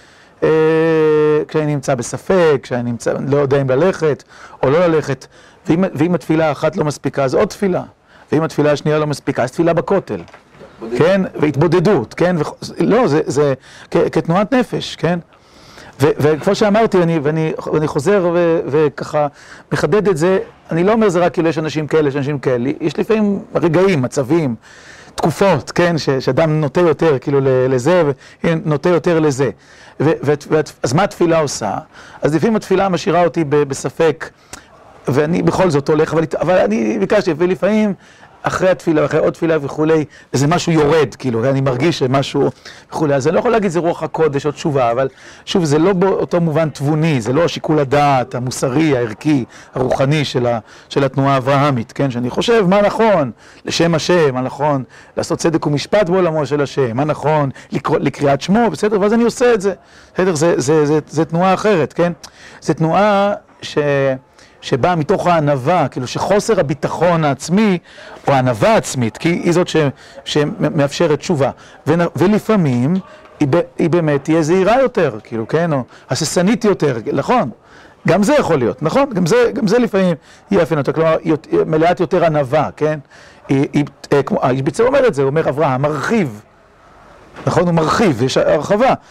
כשאני נמצא בספק, כשאני נמצא, לא יודע אם ללכת או לא ללכת, ואם, ואם התפילה האחת לא מספיקה, אז עוד תפילה, ואם התפילה השנייה לא מספיקה, אז תפילה בכותל, כן, והתבודדות, כן, ו... לא, זה, זה כ, כתנועת נפש, כן, ו, וכמו שאמרתי, אני, ואני, ואני חוזר ו, וככה מחדד את זה, אני לא אומר זה רק כאילו יש אנשים כאלה, יש אנשים כאלה, יש לפעמים רגעים, מצבים, תקופות, כן, ש, שאדם נוטה יותר כאילו לזה, ונוטה יותר לזה. ו, ו, ו, אז מה התפילה עושה? אז לפעמים התפילה משאירה אותי בספק, ואני בכל זאת הולך, אבל, אבל אני ביקשתי, ולפעמים אחרי התפילה, אחרי עוד תפילה וכולי, איזה משהו יורד, כאילו, אני מרגיש שמשהו וכולי, אז אני לא יכול להגיד זה רוח הקודש או תשובה, אבל שוב, זה לא באותו מובן תבוני, זה לא שיקול הדעת, המוסרי, הערכי, הרוחני של, ה, של התנועה האברהמית, כן, שאני חושב מה נכון לשם השם, מה נכון לעשות צדק ומשפט בעולמו של השם, מה נכון לקרוא, לקריאת שמו, בסדר, ואז אני עושה את זה, בסדר, זה, זה, זה, זה, זה תנועה אחרת, כן, זה תנועה ש... שבאה מתוך הענווה, כאילו שחוסר הביטחון העצמי, או הענווה העצמית, כי היא זאת ש, שמאפשרת תשובה. ו, ולפעמים היא, ב, היא באמת תהיה זהירה יותר, כאילו, כן, או הססנית יותר, נכון? גם זה יכול להיות, נכון? גם זה, גם זה לפעמים יאפיין אותה, כלומר, מלאת יותר ענווה, כן? היא, היא, כמו, האיש ביצר אומר את זה, הוא אומר, אברהם, מרחיב, נכון? הוא מרחיב, יש הרחבה.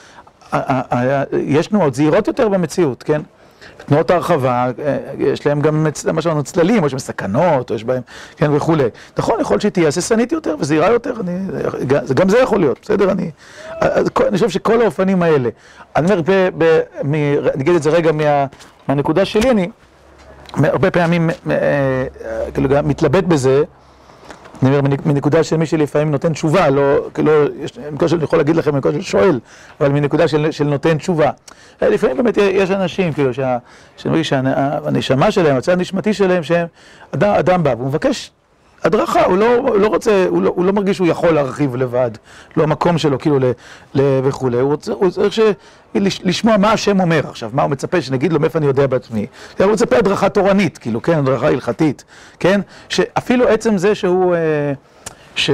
יש תנועות זהירות יותר במציאות, כן? תנועות הרחבה, יש להם גם, מה שאמרנו, צללים, או יש סכנות, או יש בהם, כן, וכולי. נכון, יכול להיות שהיא הססנית יותר וזהירה יותר, גם זה יכול להיות, בסדר? אני חושב שכל האופנים האלה, אני אומר, אני אגיד את זה רגע מהנקודה שלי, אני הרבה פעמים מתלבט בזה, אני אומר, מנקודה של מי שלפעמים נותן תשובה, לא, כאילו, מנקודה של, אני יכול להגיד לכם, מנקודה של שואל, אבל מנקודה של, של נותן תשובה. לפעמים באמת יש אנשים, כאילו, שה, שהנשמה שלהם, הצד הנשמתי שלהם, שהם, אדם, אדם בא, והוא מבקש הדרכה, הוא לא, הוא לא רוצה, הוא לא, הוא לא מרגיש שהוא יכול להרחיב לבד, לא המקום שלו, כאילו, ל, ל, וכולי. הוא רוצה, הוא צריך ש, לשמוע מה השם אומר עכשיו, מה הוא מצפה, שנגיד לו מאיפה אני יודע בעצמי. הוא מצפה הדרכה תורנית, כאילו, כן, הדרכה הלכתית, כן? שאפילו עצם זה שהוא, ש,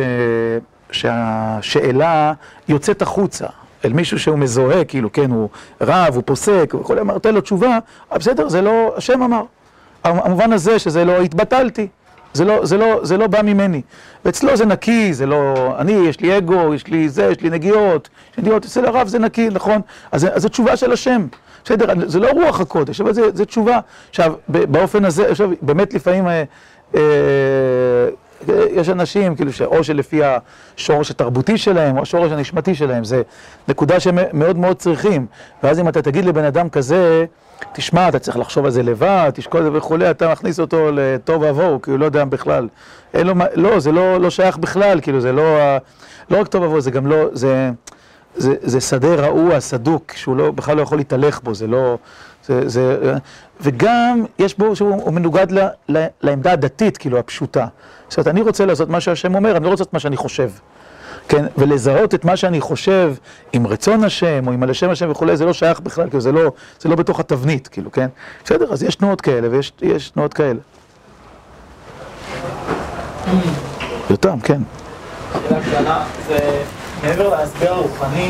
שהשאלה יוצאת החוצה, אל מישהו שהוא מזוהה, כאילו, כן, הוא רב, הוא פוסק, וכולי, אמר, תן לו תשובה, בסדר, זה לא, השם אמר. המובן הזה שזה לא התבטלתי. זה לא, זה לא, זה לא בא ממני. ואצלו זה נקי, זה לא, אני, יש לי אגו, יש לי זה, יש לי נגיעות, יש לי נגיעות, אצל הרב זה נקי, נכון? אז, אז זו תשובה של השם. בסדר, זה לא רוח הקודש, אבל זה, זה תשובה. עכשיו, באופן הזה, עכשיו, באמת לפעמים, אה, אה, יש אנשים, כאילו, או שלפי השורש התרבותי שלהם, או השורש הנשמתי שלהם, זה נקודה שמאוד מאוד צריכים. ואז אם אתה תגיד לבן אדם כזה, תשמע, אתה צריך לחשוב על זה לבד, תשקול את זה וכולי, אתה מכניס אותו לטוב ועבור, כי הוא לא יודע בכלל. לא, לא, זה לא, לא שייך בכלל, כאילו, זה לא, לא רק טוב ועבור, זה גם לא, זה, זה, זה שדה רעוע, סדוק, שהוא לא, בכלל לא יכול להתהלך בו, זה לא, זה, זה, וגם יש בו שהוא מנוגד ל, ל, לעמדה הדתית, כאילו, הפשוטה. זאת אומרת, אני רוצה לעשות מה שהשם אומר, אני לא רוצה לעשות מה שאני חושב. כן, ולזהות את מה שאני חושב עם רצון השם, או עם על השם השם וכולי, זה לא שייך בכלל, כאילו, זה לא, זה לא בתוך התבנית, כאילו, כן? בסדר, אז יש תנועות כאלה, ויש יש תנועות כאלה. יותם, כן. שאלה קטנה, זה מעבר להסבר הרוחני,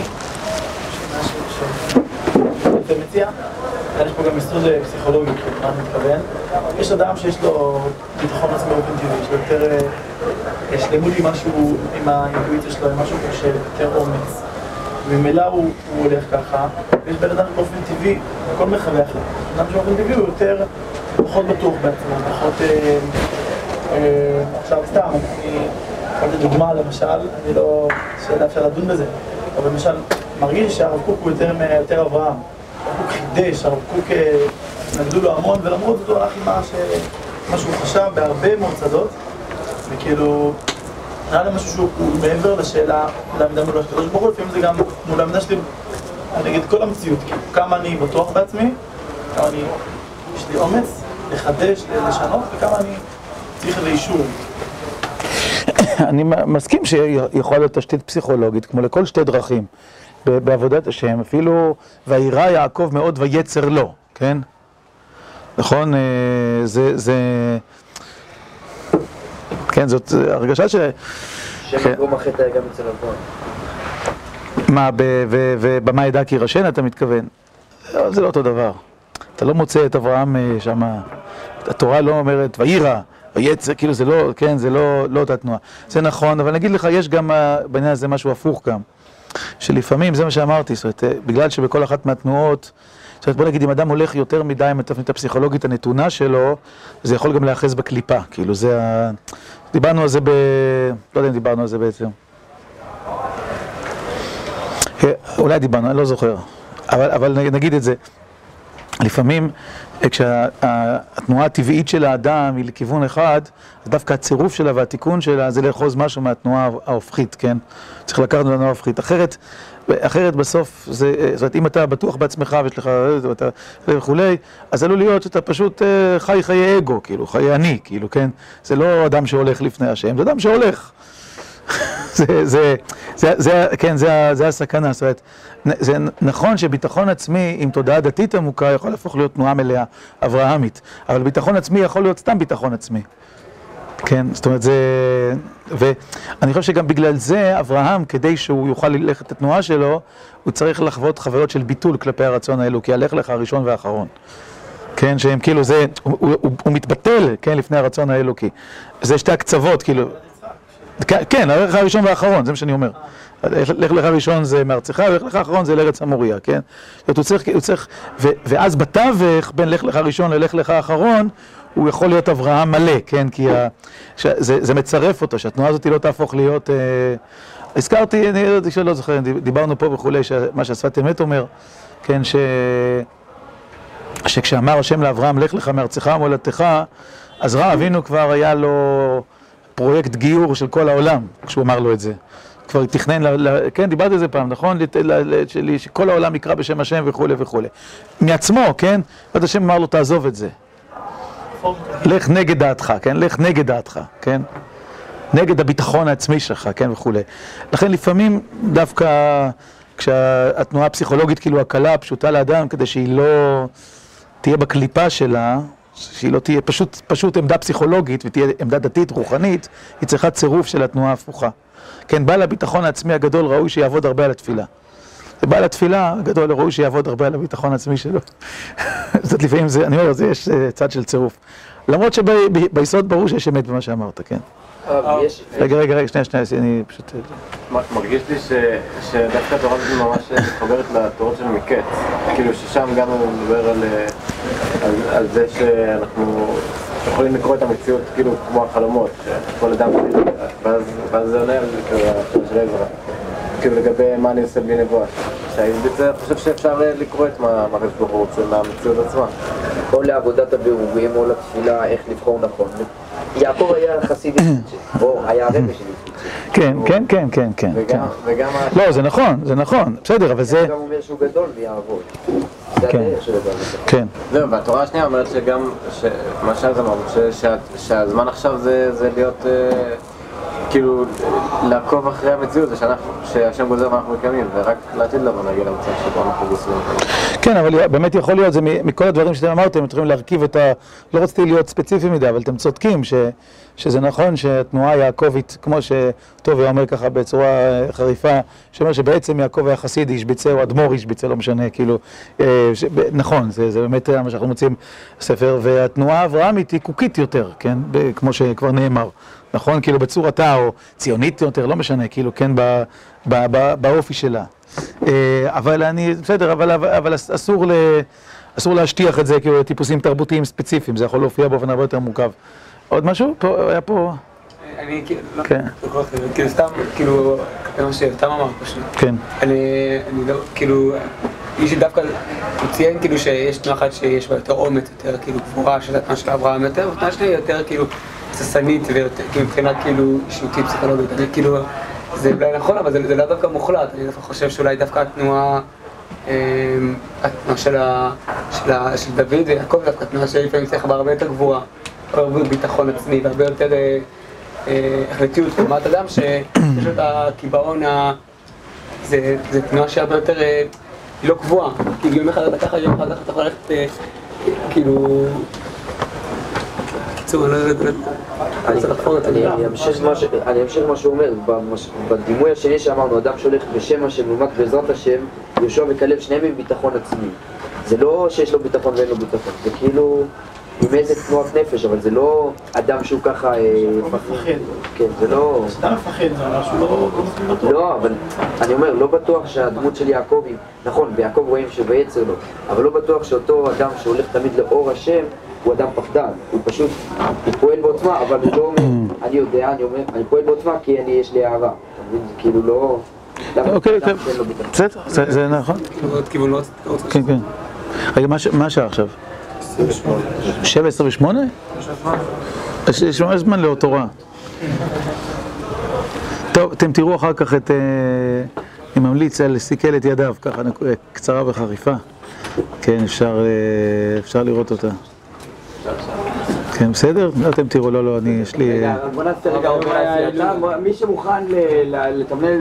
שאתה מציע, יש פה גם יסוד פסיכולוגי, מה אני מתכוון. יש אדם שיש לו ביטחון עצמי באופן טבעי, יש לו יותר, יש לימוד עם משהו, עם האינטואיציה שלו, עם משהו קשה, יותר אומץ. וממילא הוא, הוא הולך ככה, ויש בן אדם באופן טבעי, הכל מרחבי אחר. אדם שבאופן טבעי הוא יותר, פחות בטוח בעצמו, פחות... אה, אה, עכשיו סתם, אני... יכולת דוגמה למשל, אני לא... שאלה אפשר לדון בזה, אבל למשל, מרגיש שהרב קוק הוא יותר, יותר אברהם. הרב קוק חידש, הרב קוק נגדו לו המון, ולמרות זאת הוא הלך עם מה שהוא חשב בהרבה מאוד צדות, וכאילו, נראה לי משהו שהוא מעבר לשאלה לעמידה מול הקדוש ברוך הוא, לפעמים זה גם מול העמידה שלי, אני אגיד כל המציאות, כאילו, כמה אני בטוח בעצמי, כמה אני, יש לי אומץ לחדש, לשנות, וכמה אני צריך לאישור. אני מסכים שיכולה להיות תשתית פסיכולוגית, כמו לכל שתי דרכים. בעבודת השם, אפילו וירא יעקב מאוד ויצר לו, כן? נכון? זה, זה... כן, זאת הרגשה ש... שמקום החטא גם אצל אברהם. מה, ובמה ידע כי ירשן, אתה מתכוון? זה לא אותו דבר. אתה לא מוצא את אברהם שם... התורה לא אומרת וירא, ויצר, כאילו זה לא, כן, זה לא, לא אותה תנועה. זה נכון, אבל נגיד לך, יש גם בעניין הזה משהו הפוך גם. שלפעמים, זה מה שאמרתי, זאת אומרת, בגלל שבכל אחת מהתנועות, זאת אומרת, בוא נגיד, אם אדם הולך יותר מדי עם התפנית הפסיכולוגית הנתונה שלו, זה יכול גם להאחז בקליפה, כאילו זה ה... דיברנו על זה ב... לא יודע אם דיברנו על זה בעצם. אולי דיברנו, אני לא זוכר, אבל, אבל נגיד את זה. לפעמים, כשהתנועה הטבעית של האדם היא לכיוון אחד, אז דווקא הצירוף שלה והתיקון שלה זה לאחוז משהו מהתנועה ההופכית, כן? צריך לקחת את התנועה ההופכית. אחרת, אחרת בסוף, זה, זאת אומרת, אם אתה בטוח בעצמך ויש לך ואתה וכולי, אז עלול להיות שאתה פשוט חי חיי אגו, כאילו, חיי אני, כאילו, כן? זה לא אדם שהולך לפני השם, זה אדם שהולך. זה, זה, זה, זה, כן, זה, זה הסכנה, זאת אומרת, זה נכון שביטחון עצמי עם תודעה דתית עמוקה יכול להפוך להיות תנועה מלאה אברהמית, אבל ביטחון עצמי יכול להיות סתם ביטחון עצמי. כן, זאת אומרת, זה... ואני חושב שגם בגלל זה אברהם, כדי שהוא יוכל ללכת את התנועה שלו, הוא צריך לחוות חוויות של ביטול כלפי הרצון האלוקי, הלך לך הראשון והאחרון. כן, שהם כאילו זה, הוא, הוא, הוא מתבטל, כן, לפני הרצון האלוקי. זה שתי הקצוות, כאילו... כן, הלך לך הראשון והאחרון, זה מה שאני אומר. לך לך הראשון זה מארצך, ולך לך האחרון זה לארץ המוריה, כן? הוא צריך, הוא צריך, ואז בתווך, בין לך לך הראשון ללך לך האחרון, הוא יכול להיות אברהם מלא, כן? כי זה מצרף אותו, שהתנועה הזאת לא תהפוך להיות... הזכרתי, אני לא זוכר, דיברנו פה וכולי, מה שהשפת אמת אומר, כן, שכשאמר השם לאברהם, לך לך מארצך ומולדתך, אז רע אבינו כבר היה לו פרויקט גיור של כל העולם, כשהוא אמר לו את זה. כבר תכנן, כן, דיברתי על זה פעם, נכון? שכל העולם יקרא בשם השם וכולי וכולי. מעצמו, כן? ועד השם אמר לו, תעזוב את זה. לך נגד דעתך, כן? לך נגד דעתך, כן? נגד הביטחון העצמי שלך, כן? וכולי. לכן לפעמים דווקא כשהתנועה הפסיכולוגית כאילו הקלה, פשוטה לאדם, כדי שהיא לא תהיה בקליפה שלה, שהיא לא תהיה פשוט, פשוט עמדה פסיכולוגית ותהיה עמדה דתית, רוחנית, היא צריכה צירוף של התנועה ההפוכה. כן, בעל הביטחון העצמי הגדול ראוי שיעבוד הרבה על התפילה. ובעל התפילה הגדול ראוי שיעבוד הרבה על הביטחון העצמי שלו. זאת לפעמים זה, אני אומר, זה יש צד של צירוף. למרות שביסוד ברור שיש אמת במה שאמרת, כן? רגע, רגע, רגע, שנייה, שנייה, אני פשוט... מרגיש לי שדווקא התורה הזאת ממש מתחברת לתורות של מקץ. כאילו ששם גם הוא מדבר על זה שאנחנו יכולים לקרוא את המציאות כאילו כמו החלומות, שכל אדם, ואז זה עונה על השאלה של עזרא. כאילו לגבי מה אני עושה בלי נבואה. שאני חושב שאפשר לקרוא את מה הקדוש ברוך הוא רוצה מהמציאות עצמה. או לעבודת הבירורים, או לתפילה, איך לבחור נכון. יעקב היה חסיד יצחק, או היה הרבי של יצחק. כן, כן, כן, כן, כן. וגם... לא, זה נכון, זה נכון, בסדר, אבל זה... הוא גם אומר שהוא גדול ויעבוד. זה הדרך של הדבר. כן. זהו, והתורה השנייה אומרת שגם, מה שאז אמרנו, שהזמן עכשיו זה להיות... כאילו, לעקוב אחרי המציאות, זה שאנחנו, שהשם גוזר ואנחנו מקיימים, ורק לעתיד לבוא נגיע למצב שבו אנחנו גוזרים. כן, אבל באמת יכול להיות, זה מכל הדברים שאתם אמרתם, אתם יכולים להרכיב את ה... לא רציתי להיות ספציפי מדי, אבל אתם צודקים ש... שזה נכון שהתנועה יעקבית, כמו שטוב היה אומר ככה בצורה חריפה, שאומר שבעצם יעקב היה חסיד, ישביצה או אדמו"ר ישביצה, לא משנה, כאילו, ש... נכון, זה, זה באמת מה שאנחנו מוצאים בספר, והתנועה האברהמית היא קוקית יותר, כן, כמו שכבר נאמר. נכון? כאילו בצורתה, או ציונית יותר, לא משנה, כאילו, כן, באופי שלה. אבל אני, בסדר, אבל, אבל אסור, ל, אסור להשטיח את זה, כאילו, טיפוסים תרבותיים ספציפיים, זה יכול להופיע באופן הרבה יותר מורכב. עוד משהו? פה, היה פה... אני, כאילו, לא, כאילו, סתם, כאילו, כמו שסתם אמר פשוט. כן. אני, אני לא, כאילו, יש דווקא, הוא ציין, כאילו, שיש תנועה אחת שיש בה יותר אומץ, יותר, כאילו, גבורה, של התנועה של אברהם יותר, ותנועה שלי יותר, כאילו, ססנית ויותר, מבחינת כאילו אישיותית פסיכולוגית, אני כאילו, זה אולי נכון, אבל זה לא דווקא מוחלט, אני דווקא חושב שאולי דווקא התנועה, התנועה של דוד ויעקב, דווקא התנועה שלפעמים צריך הרבה יותר גבורה, הרבה יותר ביטחון עצמי, והרבה יותר החלטיות, לעומת אדם שיש לו את הקיבעון, זה תנועה שהרבה יותר, היא לא קבועה, כאילו יום אחד אתה ככה, יום אחד אתה יכול ללכת, כאילו... אני אמשיך מה שהוא אומר, בדימוי השני שאמרנו, אדם שהולך בשם השם לעומת בעזרת השם, יהושע וכלב שניהם עם ביטחון עצמי. זה לא שיש לו ביטחון ואין לו ביטחון, זה כאילו עם איזה תנועת נפש, אבל זה לא אדם שהוא ככה... מפחד. כן, זה לא... אדם מפחד, זה אומר שהוא לא... לא, אבל אני אומר, לא בטוח שהדמות של יעקב היא... נכון, ביעקב רואים שביצר לו, אבל לא בטוח שאותו אדם שהולך תמיד לאור השם, הוא אדם פחדן, הוא פשוט, הוא פועל בעוצמה, אבל הוא לא אומר, אני יודע, אני אומר, אני פועל בעוצמה כי אני, יש לי הערה. אתה מבין, זה כאילו לא... אוקיי, בסדר, זה נכון. עוד כיוונות. כן, כן. רגע, מה השעה עכשיו? שבע עשרה ושמונה? יש ממש זמן לאור תורה. טוב, אתם תראו אחר כך את... אני ממליץ על סיכל את ידיו, ככה קצרה וחריפה. כן, אפשר לראות אותה. כן, בסדר? לא, אתם תראו, לא, לא, אני, יש לי... רגע, בוא נעשה רגע, מי שמוכן לתמלל